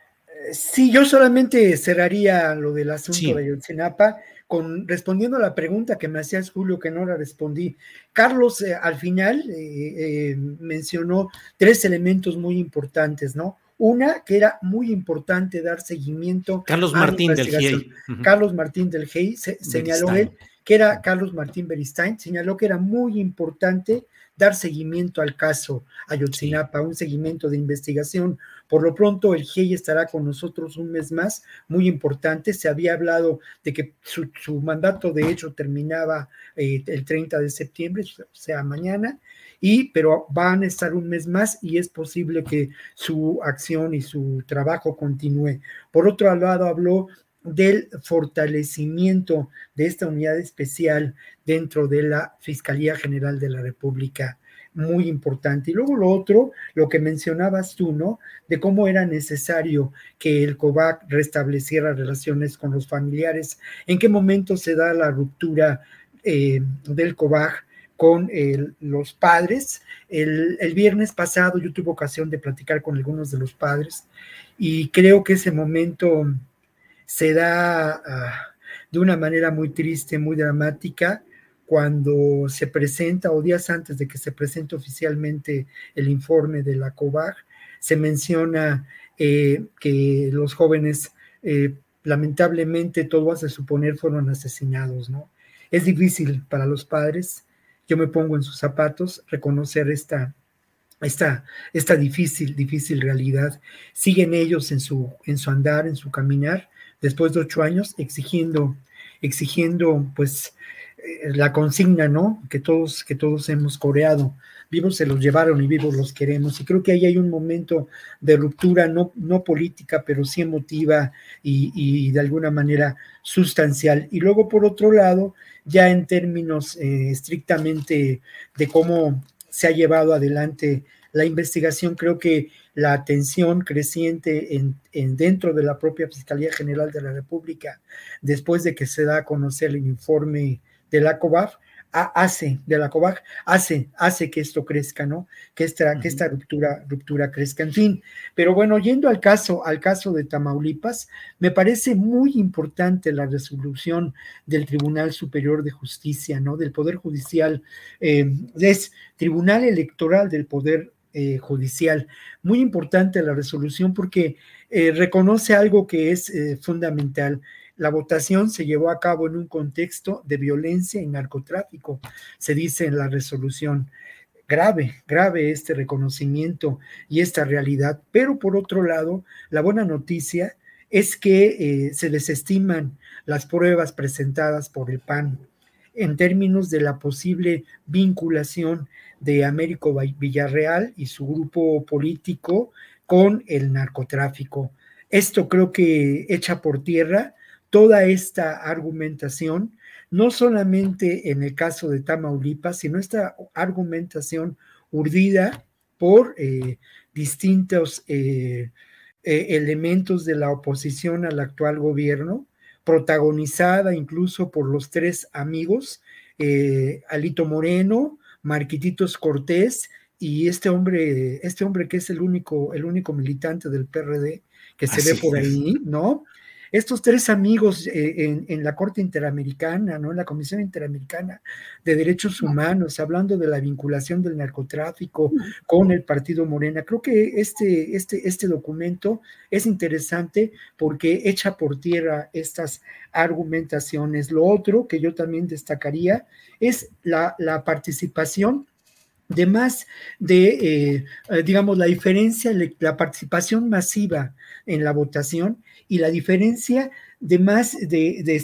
Speaker 6: Sí, yo solamente cerraría lo del asunto
Speaker 5: Sí.
Speaker 6: de Ayotzinapa respondiendo a la pregunta que me hacías, Julio, que no la respondí. Carlos al final mencionó 3 elementos muy importantes, ¿no? Una, que era muy importante dar seguimiento
Speaker 5: Carlos
Speaker 6: a
Speaker 5: Martín
Speaker 6: la
Speaker 5: del
Speaker 6: investigación.
Speaker 5: GIEI.
Speaker 6: Carlos Martín del GIEI señaló él que era Carlos Martín Beristain, señaló que era muy importante dar seguimiento al caso Ayotzinapa, un seguimiento de investigación. Por lo pronto, el GIEI estará con nosotros un mes más, muy importante. Se había hablado de que su mandato, de hecho, terminaba el 30 de septiembre, o sea, mañana, pero van a estar un mes más y es posible que su acción y su trabajo continúe. Por otro lado, habló del fortalecimiento de esta unidad especial dentro de la Fiscalía General de la República, muy importante. Y luego lo otro, lo que mencionabas tú, ¿no? De cómo era necesario que el COVAC restableciera relaciones con los familiares. ¿En qué momento se da la ruptura del COVAC con los padres? El viernes pasado yo tuve ocasión de platicar con algunos de los padres y creo que ese momento se da de una manera muy triste, muy dramática, cuando se presenta, o días antes de que se presente oficialmente el informe de la COVAC, se menciona que los jóvenes, lamentablemente, todo hace suponer, fueron asesinados, ¿no? Es difícil para los padres, yo me pongo en sus zapatos, reconocer esta difícil realidad. Siguen ellos en su andar, en su caminar, después de 8 años, exigiendo pues la consigna, ¿no? Que todos hemos coreado. Vivos se los llevaron y vivos los queremos. Y creo que ahí hay un momento de ruptura, no política, pero sí emotiva y de alguna manera sustancial. Y luego, por otro lado, ya en términos estrictamente de cómo se ha llevado adelante la investigación, creo que la atención creciente dentro de la propia Fiscalía General de la República, después de que se da a conocer el informe de la COVAC, hace que esto crezca, ¿no? Que esta ruptura crezca, en fin. Pero bueno, yendo al caso de Tamaulipas, me parece muy importante la resolución del Tribunal Superior de Justicia, ¿no? Del Poder Judicial, es Tribunal Electoral del Poder Judicial. Muy importante la resolución porque reconoce algo que es fundamental. La votación se llevó a cabo en un contexto de violencia y narcotráfico, se dice en la resolución. grave este reconocimiento y esta realidad. Pero por otro lado, la buena noticia es que se desestiman las pruebas presentadas por el PAN en términos de la posible vinculación de Américo Villarreal y su grupo político con el narcotráfico. Esto creo que echa por tierra toda esta argumentación, no solamente en el caso de Tamaulipas, sino esta argumentación urdida por distintos elementos de la oposición al actual gobierno, protagonizada incluso por los tres amigos, Alito Moreno, Marquititos Cortés y este hombre que es el único militante del PRD que se ve por ahí, ¿no? Estos tres amigos en la Corte Interamericana, ¿no? En la Comisión Interamericana de Derechos Humanos, hablando de la vinculación del narcotráfico con el partido Morena. Creo que este documento es interesante porque echa por tierra estas argumentaciones. Lo otro que yo también destacaría es la participación de más de, digamos, la diferencia, la participación masiva en la votación y la diferencia de más de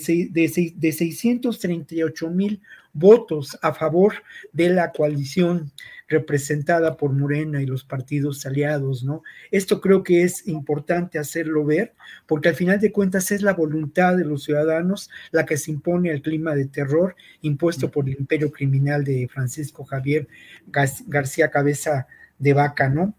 Speaker 6: 638,000 votos a favor de la coalición representada por Morena y los partidos aliados, ¿no? Esto creo que es importante hacerlo ver, porque al final de cuentas es la voluntad de los ciudadanos la que se impone al clima de terror impuesto por el imperio criminal de Francisco Javier García Cabeza de Vaca, ¿no?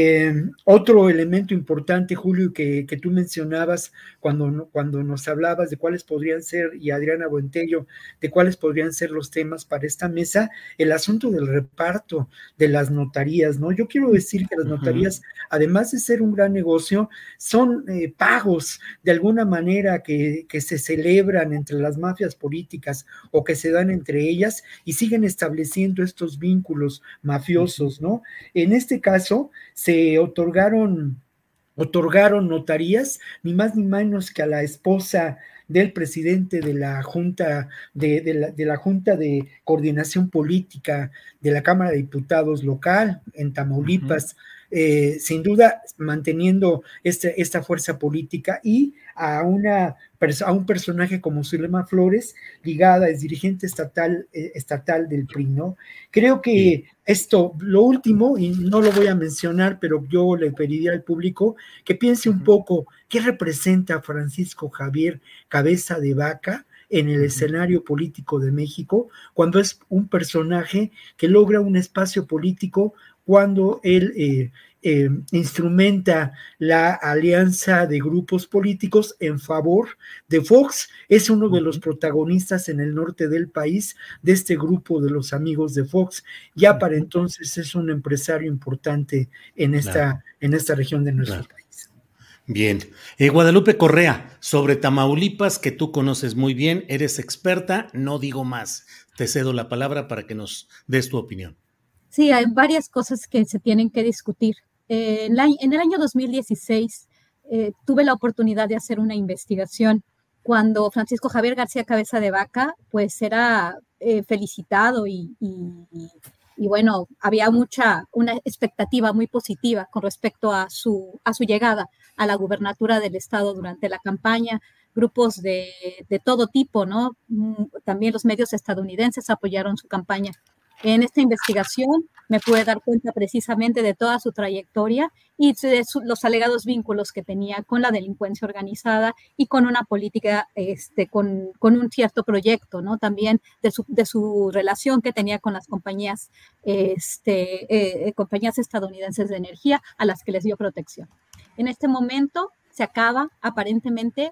Speaker 6: Otro elemento importante, Julio, que tú mencionabas cuando nos hablabas de cuáles podrían ser, y Adriana Buentello, de cuáles podrían ser los temas para esta mesa, el asunto del reparto de las notarías, ¿no? Yo quiero decir que las notarías, además de ser un gran negocio, son pagos de alguna manera que se celebran entre las mafias políticas o que se dan entre ellas y siguen estableciendo estos vínculos mafiosos, ¿no? En este caso, se otorgaron notarías, ni más ni menos que a la esposa del presidente de la Junta de la Junta de Coordinación Política de la Cámara de Diputados local en Tamaulipas, sin duda manteniendo esta fuerza política, y a un personaje como Zulema Flores, ligada, es dirigente estatal del PRI, ¿no? Creo que esto, lo último, y no lo voy a mencionar, pero yo le pediría al público que piense un poco qué representa Francisco Javier Cabeza de Vaca en el escenario político de México, cuando es un personaje que logra un espacio político, cuando él instrumenta la alianza de grupos políticos en favor de Fox. Es uno de los protagonistas en el norte del país de este grupo de los amigos de Fox. Ya para entonces es un empresario importante en esta región de nuestro país.
Speaker 5: Bien. Guadalupe Correa, sobre Tamaulipas, que tú conoces muy bien, eres experta, no digo más. Te cedo la palabra para que nos des tu opinión.
Speaker 7: Sí, hay varias cosas que se tienen que discutir. En el año 2016 tuve la oportunidad de hacer una investigación cuando Francisco Javier García Cabeza de Vaca pues era felicitado y bueno, había una expectativa muy positiva con respecto a su llegada a la gubernatura del estado durante la campaña. Grupos de todo tipo, ¿no? También los medios estadounidenses apoyaron su campaña. En esta investigación me pude dar cuenta precisamente de toda su trayectoria y de los alegados vínculos que tenía con la delincuencia organizada y con una política, con un cierto proyecto, ¿no? También de su relación que tenía con las compañías estadounidenses de energía a las que les dio protección. En este momento se acaba aparentemente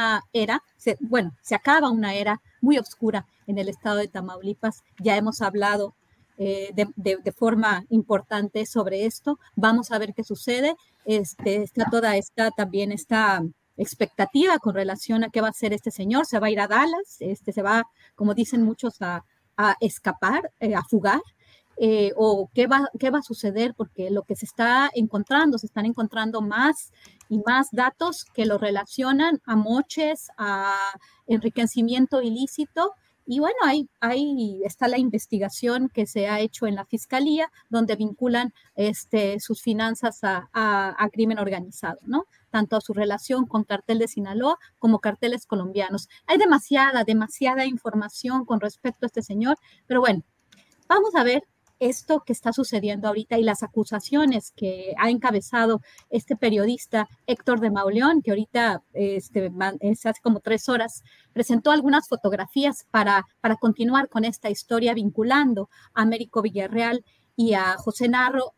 Speaker 7: se acaba una era muy oscura en el estado de Tamaulipas. Ya hemos hablado de forma importante sobre esto. Vamos a ver qué sucede. Está toda esta expectativa con relación a qué va a hacer este señor. Se va a ir a Dallas, se va, como dicen muchos, a escapar, a fugar. O qué va a suceder, porque lo que se están encontrando más y más datos que lo relacionan a moches, a enriquecimiento ilícito Y bueno, ahí está la investigación que se ha hecho en la Fiscalía, donde vinculan sus finanzas a crimen organizado, ¿no? Tanto a su relación con Cartel de Sinaloa como carteles colombianos. Hay demasiada información con respecto a este señor, pero bueno, vamos a ver esto que está sucediendo ahorita y las acusaciones que ha encabezado este periodista Héctor de Mauleón, que ahorita hace como 3 horas presentó algunas fotografías para continuar con esta historia vinculando a Américo Villarreal y a José Narro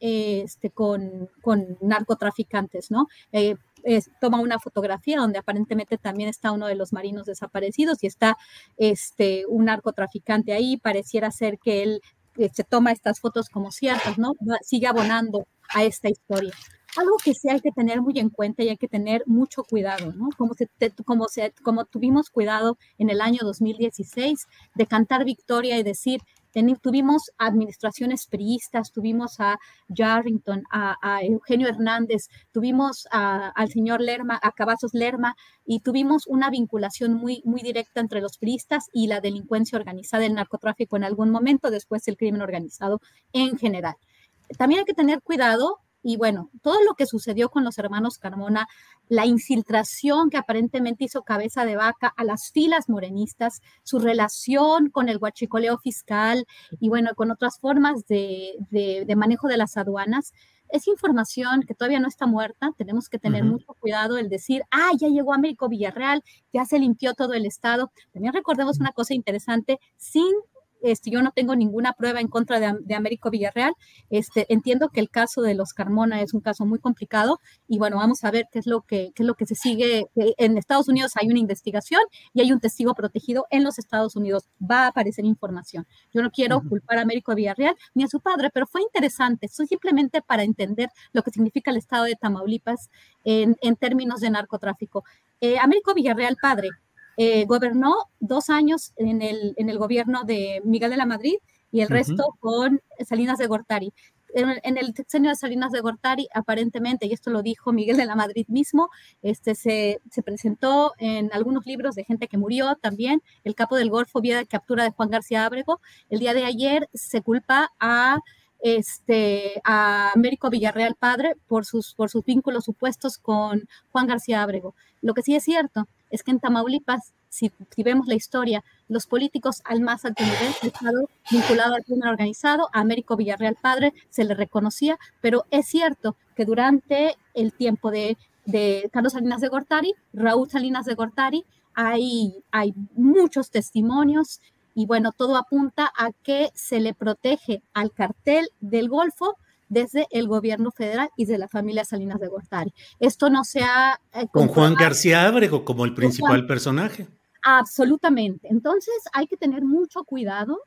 Speaker 7: con narcotraficantes, ¿no? Toma una fotografía donde aparentemente también está uno de los marinos desaparecidos y está un narcotraficante ahí. Pareciera ser que él se toma estas fotos como ciertas, ¿no? Sigue abonando a esta historia. Algo que sí hay que tener muy en cuenta y hay que tener mucho cuidado, ¿no? Como tuvimos cuidado en el año 2016 de cantar victoria y decir, tuvimos administraciones priistas, tuvimos a Yarrington, a Eugenio Hernández, tuvimos al señor Lerma, a Cavazos Lerma, y tuvimos una vinculación muy, muy directa entre los priistas y la delincuencia organizada, el narcotráfico en algún momento, después el crimen organizado en general. También hay que tener cuidado. Y bueno, todo lo que sucedió con los hermanos Carmona, la infiltración que aparentemente hizo Cabeza de Vaca a las filas morenistas, su relación con el huachicoleo fiscal y bueno, con otras formas de manejo de las aduanas, es información que todavía no está muerta. Tenemos que tener mucho cuidado el decir, ya llegó Américo Villarreal, ya se limpió todo el estado. También recordemos una cosa interesante, yo no tengo ninguna prueba en contra de Américo Villarreal. Entiendo que el caso de los Carmona es un caso muy complicado y bueno, vamos a ver qué es lo que se sigue. En Estados Unidos hay una investigación y hay un testigo protegido en los Estados Unidos. Va a aparecer información. Yo no quiero culpar a Américo Villarreal ni a su padre, pero fue interesante. Esto simplemente para entender lo que significa el estado de Tamaulipas en términos de narcotráfico. Américo Villarreal, padre, gobernó 2 años en el gobierno de Miguel de la Madrid y el resto con Salinas de Gortari. En el sexenio de Salinas de Gortari, aparentemente, y esto lo dijo Miguel de la Madrid mismo, se presentó en algunos libros de gente que murió también, El Capo del Golfo, vía de captura de Juan García Ábrego. El día de ayer se culpa a Américo Villarreal padre por sus vínculos supuestos con Juan García Ábrego. Lo que sí es cierto es que en Tamaulipas, si vemos la historia, los políticos al más alto nivel han estado vinculados al crimen organizado. A Américo Villarreal padre se le reconocía, pero es cierto que durante el tiempo de Carlos Salinas de Gortari, Raúl Salinas de Gortari, hay muchos testimonios y bueno, todo apunta a que se le protege al cartel del Golfo desde el gobierno federal y de la familia Salinas de Gortari. Esto no se ha...
Speaker 5: con Juan García Ábrego como el principal personaje.
Speaker 7: Absolutamente. Entonces hay que tener mucho cuidado,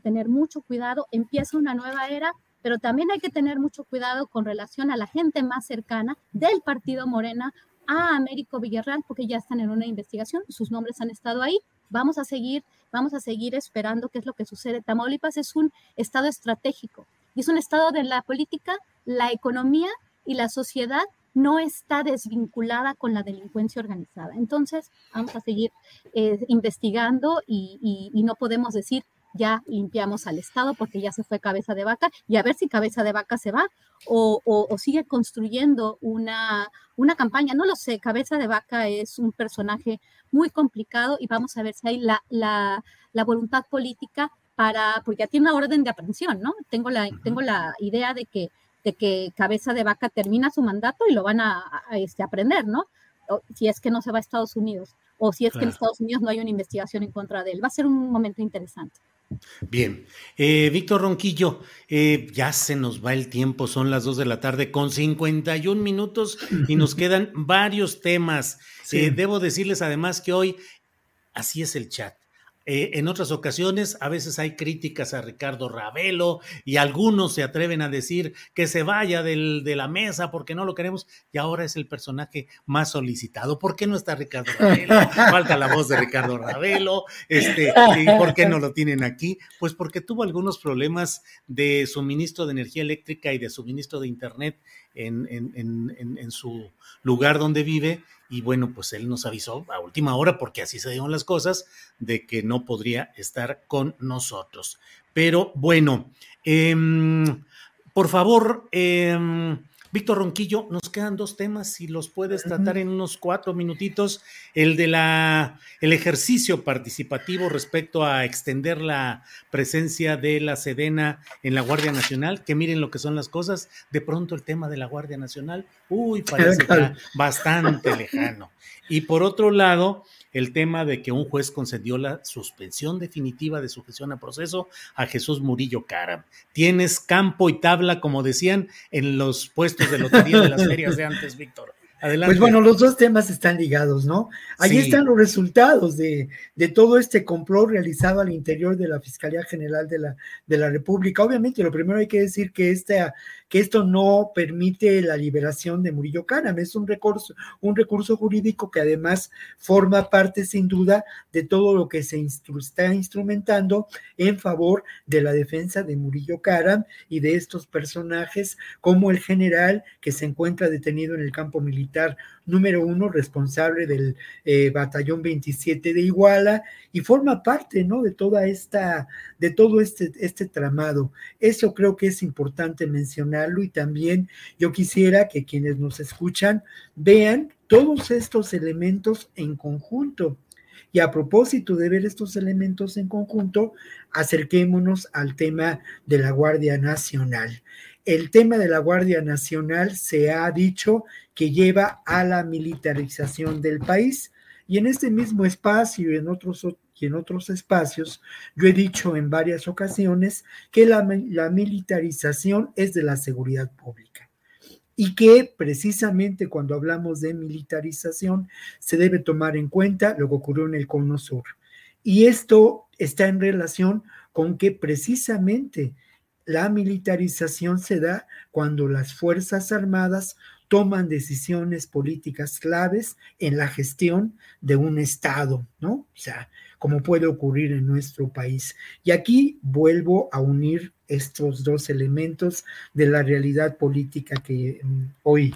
Speaker 7: empieza una nueva era, pero también hay que tener mucho cuidado con relación a la gente más cercana del partido Morena a Américo Villarreal, porque ya están en una investigación, sus nombres han estado ahí. Vamos a seguir esperando qué es lo que sucede. Tamaulipas es un estado estratégico y es un estado de la política, la economía y la sociedad no está desvinculada con la delincuencia organizada. Entonces, vamos a seguir investigando y no podemos decir ya limpiamos al Estado porque ya se fue Cabeza de Vaca y a ver si Cabeza de Vaca se va o sigue construyendo una campaña. No lo sé, Cabeza de Vaca es un personaje muy complicado y vamos a ver si hay la voluntad política porque ya tiene una orden de aprehensión, ¿no? Tengo la idea de que Cabeza de Vaca termina su mandato y lo van a aprender, ¿no? Si es que no se va a Estados Unidos o si es que en Estados Unidos no hay una investigación en contra de él. Va a ser un momento interesante.
Speaker 5: Bien, Víctor Ronquillo, ya se nos va el tiempo, son las 2 de la tarde con 51 minutos y nos quedan varios temas. Sí. Debo decirles además que hoy, así es el chat. En otras ocasiones, a veces hay críticas a Ricardo Ravelo y algunos se atreven a decir que se vaya de la mesa porque no lo queremos y ahora es el personaje más solicitado. ¿Por qué no está Ricardo Ravelo? Falta la voz de Ricardo Ravelo. ¿Y por qué no lo tienen aquí? Pues porque tuvo algunos problemas de suministro de energía eléctrica y de suministro de internet en su lugar donde vive, y bueno, pues él nos avisó a última hora, porque así se dieron las cosas, de que no podría estar con nosotros. Pero bueno, por favor, Víctor Ronquillo, nos quedan 2 temas, si los puedes tratar en unos 4 minutitos. El de el ejercicio participativo respecto a extender la presencia de la Sedena en la Guardia Nacional, que miren lo que son las cosas. De pronto el tema de la Guardia Nacional, parece ya bastante lejano. Y por otro lado, el tema de que un juez concedió la suspensión definitiva de sujeción a proceso a Jesús Murillo Caram. Tienes campo y tabla, como decían en los puestos de lotería de las ferias de antes, Víctor. Adelante.
Speaker 6: Pues bueno, los 2 temas están ligados, ¿no? Ahí están los resultados de todo este complot realizado al interior de la Fiscalía General de la República. Obviamente, lo primero hay que decir que esto no permite la liberación de Murillo Caram, es un recurso jurídico que además forma parte sin duda de todo lo que se está instrumentando en favor de la defensa de Murillo Caram y de estos personajes, como el general que se encuentra detenido en el campo militar número 1, responsable del batallón 27 de Iguala, y forma parte, ¿no?, de todo este tramado. Eso creo que es importante mencionarlo, y también yo quisiera que quienes nos escuchan vean todos estos elementos en conjunto. Y a propósito de ver estos elementos en conjunto, acerquémonos al tema de la Guardia Nacional. El tema de la Guardia Nacional se ha dicho que lleva a la militarización del país, y en este mismo espacio y en otros espacios yo he dicho en varias ocasiones que la militarización es de la seguridad pública, y que precisamente cuando hablamos de militarización se debe tomar en cuenta lo que ocurrió en el Cono Sur, y esto está en relación con que precisamente la militarización se da cuando las Fuerzas Armadas toman decisiones políticas claves en la gestión de un Estado, ¿no? O sea, como puede ocurrir en nuestro país. Y aquí vuelvo a unir estos 2 elementos de la realidad política que hoy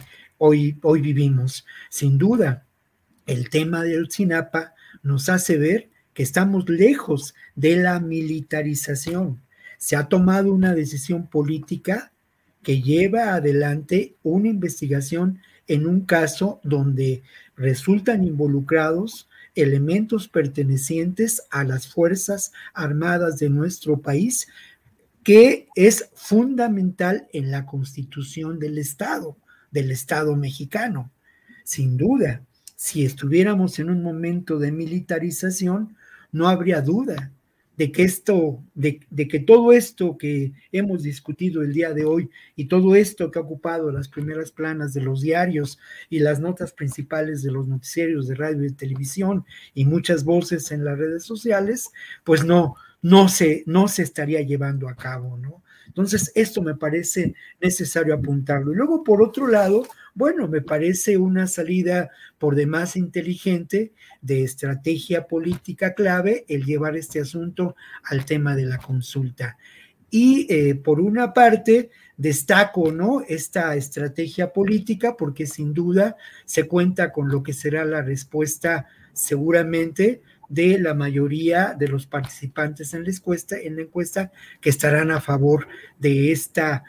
Speaker 6: vivimos. Sin duda, el tema de Ayotzinapa nos hace ver que estamos lejos de la militarización. Se ha tomado una decisión política que lleva adelante una investigación en un caso donde resultan involucrados elementos pertenecientes a las Fuerzas Armadas de nuestro país, que es fundamental en la constitución del Estado mexicano. Sin duda, si estuviéramos en un momento de militarización, no habría duda de que todo esto que hemos discutido el día de hoy y todo esto que ha ocupado las primeras planas de los diarios y las notas principales de los noticiarios de radio y televisión y muchas voces en las redes sociales, pues no se estaría llevando a cabo, ¿no? Entonces, esto me parece necesario apuntarlo. Y luego, por otro lado, bueno, me parece una salida por demás inteligente de estrategia política clave el llevar este asunto al tema de la consulta. Y por una parte, destaco, ¿no?, esta estrategia política porque sin duda se cuenta con lo que será la respuesta seguramente de la mayoría de los participantes en la encuesta que estarán a favor de esta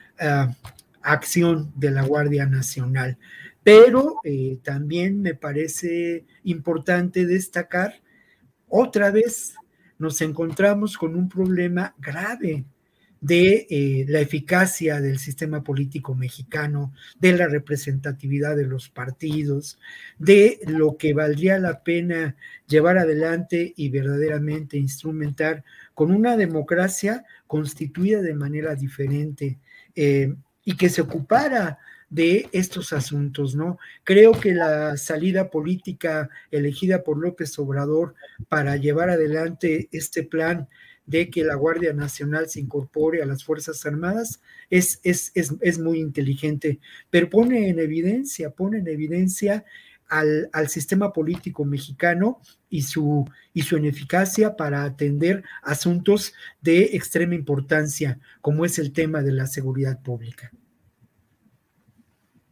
Speaker 6: acción de la Guardia Nacional. Pero también me parece importante destacar, otra vez nos encontramos con un problema grave de la eficacia del sistema político mexicano, de la representatividad de los partidos, de lo que valdría la pena llevar adelante y verdaderamente instrumentar con una democracia constituida de manera diferente y que se ocupara de estos asuntos, ¿no? Creo que la salida política elegida por López Obrador para llevar adelante este plan de que la Guardia Nacional se incorpore a las Fuerzas Armadas es muy inteligente, pero pone en evidencia al sistema político mexicano y su ineficacia para atender asuntos de extrema importancia, como es el tema de la seguridad pública.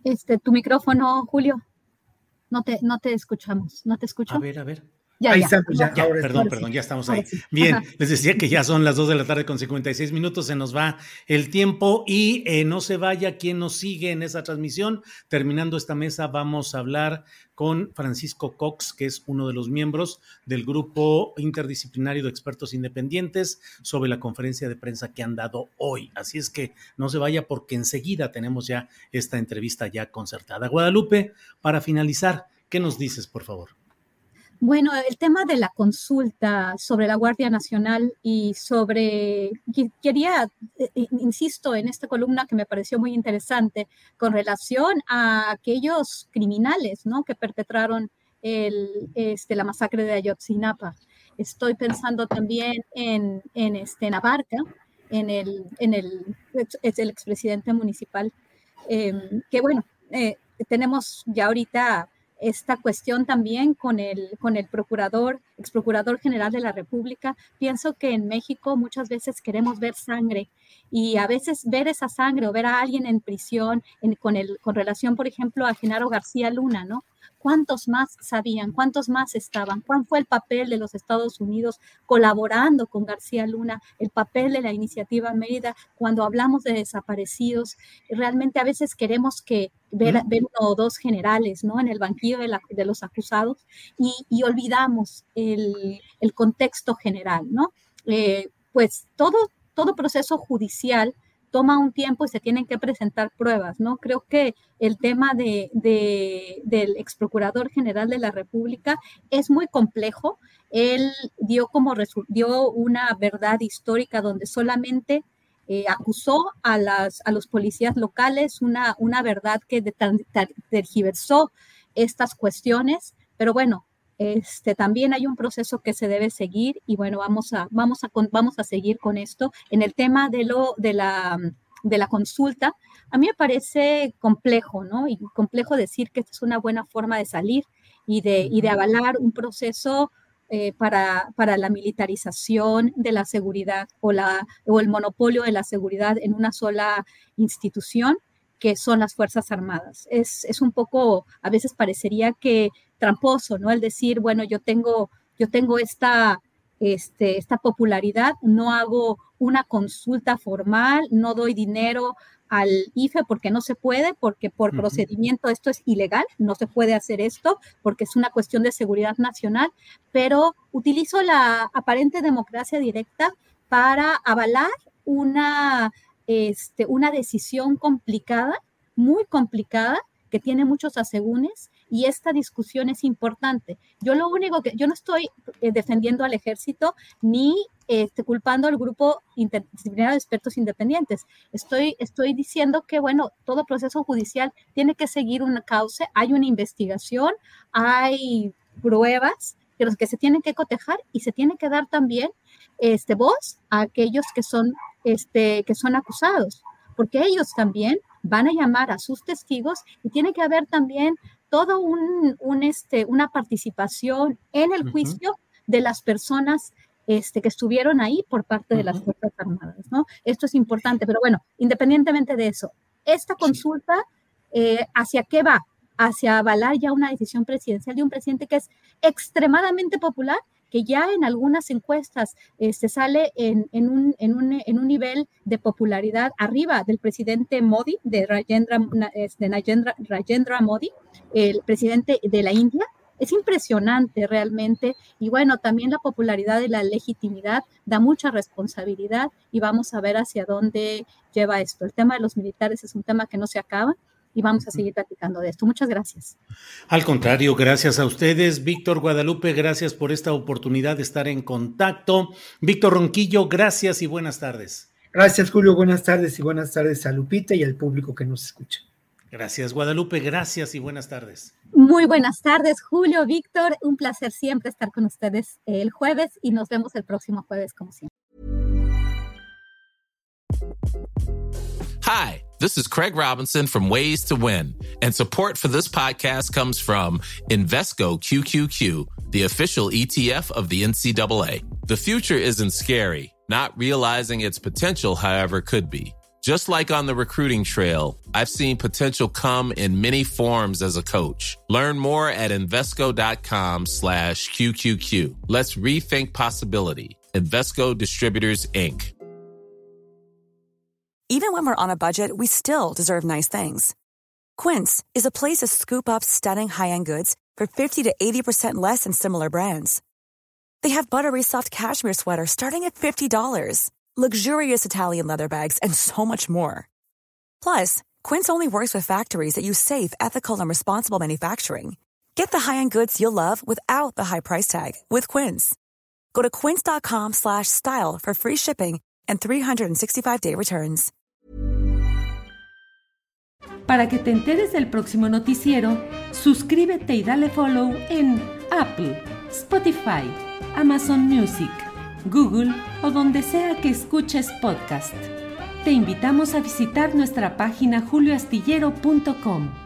Speaker 7: Tu micrófono, Julio. No te escuchamos. ¿No te escucho?
Speaker 5: A ver.
Speaker 6: Ahí estamos ya.
Speaker 5: Perdón, ya estamos ahí. Sí. Bien, les decía que ya son las 2 de la tarde con 56 minutos, se nos va el tiempo y no se vaya quien nos sigue en esa transmisión. Terminando esta mesa vamos a hablar con Francisco Cox, que es uno de los miembros del grupo interdisciplinario de expertos independientes sobre la conferencia de prensa que han dado hoy. Así es que no se vaya porque enseguida tenemos ya esta entrevista ya concertada. Guadalupe, para finalizar, ¿qué nos dices, por favor?
Speaker 7: Bueno, el tema de la consulta sobre la Guardia Nacional y insisto en esta columna que me pareció muy interesante con relación a aquellos criminales, ¿no?, que perpetraron la masacre de Ayotzinapa. Estoy pensando también en Abarca, en el expresidente municipal, que bueno, tenemos ya ahorita esta cuestión también con el exprocurador general de la República. Pienso que en México muchas veces queremos ver sangre y a veces ver esa sangre o ver a alguien en prisión con relación, por ejemplo, a Genaro García Luna, ¿no? ¿Cuántos más sabían? ¿Cuántos más estaban? ¿Cuál fue el papel de los Estados Unidos colaborando con García Luna? El papel de la iniciativa Mérida cuando hablamos de desaparecidos. Realmente a veces queremos ver uno o dos generales, ¿no?, en el banquillo de los acusados y olvidamos el contexto general, ¿no? Pues todo proceso judicial toma un tiempo y se tienen que presentar pruebas, ¿no? Creo que el tema del exprocurador general de la República es muy complejo. Él dio una verdad histórica donde solamente acusó a los policías locales, una verdad que tergiversó estas cuestiones, pero bueno, también hay un proceso que se debe seguir y bueno, vamos a seguir con esto. En el tema de la consulta, a mí me parece complejo, ¿no? Y complejo decir que esta es una buena forma de salir y de avalar un proceso para la militarización de la seguridad o el monopolio de la seguridad en una sola institución, que son las Fuerzas Armadas. Es un poco, a veces parecería que tramposo, ¿no? El decir, bueno, yo tengo esta popularidad, no hago una consulta formal, no doy dinero al IFE porque no se puede, porque por procedimiento esto es ilegal, no se puede hacer esto porque es una cuestión de seguridad nacional, pero utilizo la aparente democracia directa para avalar una decisión complicada, muy complicada, que tiene muchos asegúnes, y esta discusión es importante. Yo no estoy defendiendo al ejército ni culpando al grupo interdisciplinario de expertos independientes. Estoy diciendo que, bueno, todo proceso judicial tiene que seguir una causa, hay una investigación, hay pruebas que se tienen que cotejar y se tiene que dar también voz a aquellos que son acusados, porque ellos también van a llamar a sus testigos y tiene que haber también todo una participación en el juicio de las personas que estuvieron ahí por parte de las Fuerzas Armadas, ¿no? Esto es importante, pero bueno, independientemente de eso, esta consulta, ¿hacia qué va? Hacia avalar ya una decisión presidencial de un presidente que es extremadamente popular, que ya en algunas encuestas sale en un nivel de popularidad arriba del presidente Modi, de Narendra Modi, el presidente de la India. Es impresionante realmente, y bueno, también la popularidad y la legitimidad da mucha responsabilidad, y vamos a ver hacia dónde lleva esto. El tema de los militares es un tema que no se acaba, y vamos a seguir platicando de esto. Muchas gracias.
Speaker 5: Al contrario, gracias a ustedes. Víctor, Guadalupe, gracias por esta oportunidad de estar en contacto. Víctor Ronquillo, gracias y buenas tardes.
Speaker 6: Gracias, Julio. Buenas tardes y buenas tardes a Lupita y al público que nos escucha.
Speaker 5: Gracias, Guadalupe. Gracias y buenas tardes.
Speaker 7: Muy buenas tardes, Julio, Víctor. Un placer siempre estar con ustedes el jueves y nos vemos el próximo jueves, como siempre.
Speaker 9: Hi, this is Craig Robinson from Ways to Win, and support for this podcast comes from Invesco QQQ, the official ETF of the NCAA. The future isn't scary. Not realizing its potential, however, could be. Just like on the recruiting trail, I've seen potential come in many forms as a coach. Learn more at Invesco.com/QQQ. Let's rethink possibility. Invesco Distributors, Inc.
Speaker 2: Even when we're on a budget, we still deserve nice things. Quince is a place to scoop up stunning high-end goods for 50 to 80% less than similar brands. They have buttery soft cashmere sweaters starting at $50, luxurious Italian leather bags, and so much more. Plus, Quince only works with factories that use safe, ethical, and responsible manufacturing. Get the high-end goods you'll love without the high price tag with Quince. Go to quince.com/style for free shipping and 365-day returns.
Speaker 1: Para que te enteres del próximo noticiero, suscríbete y dale follow en Apple, Spotify, Amazon Music, Google o donde sea que escuches podcast. Te invitamos a visitar nuestra página julioastillero.com.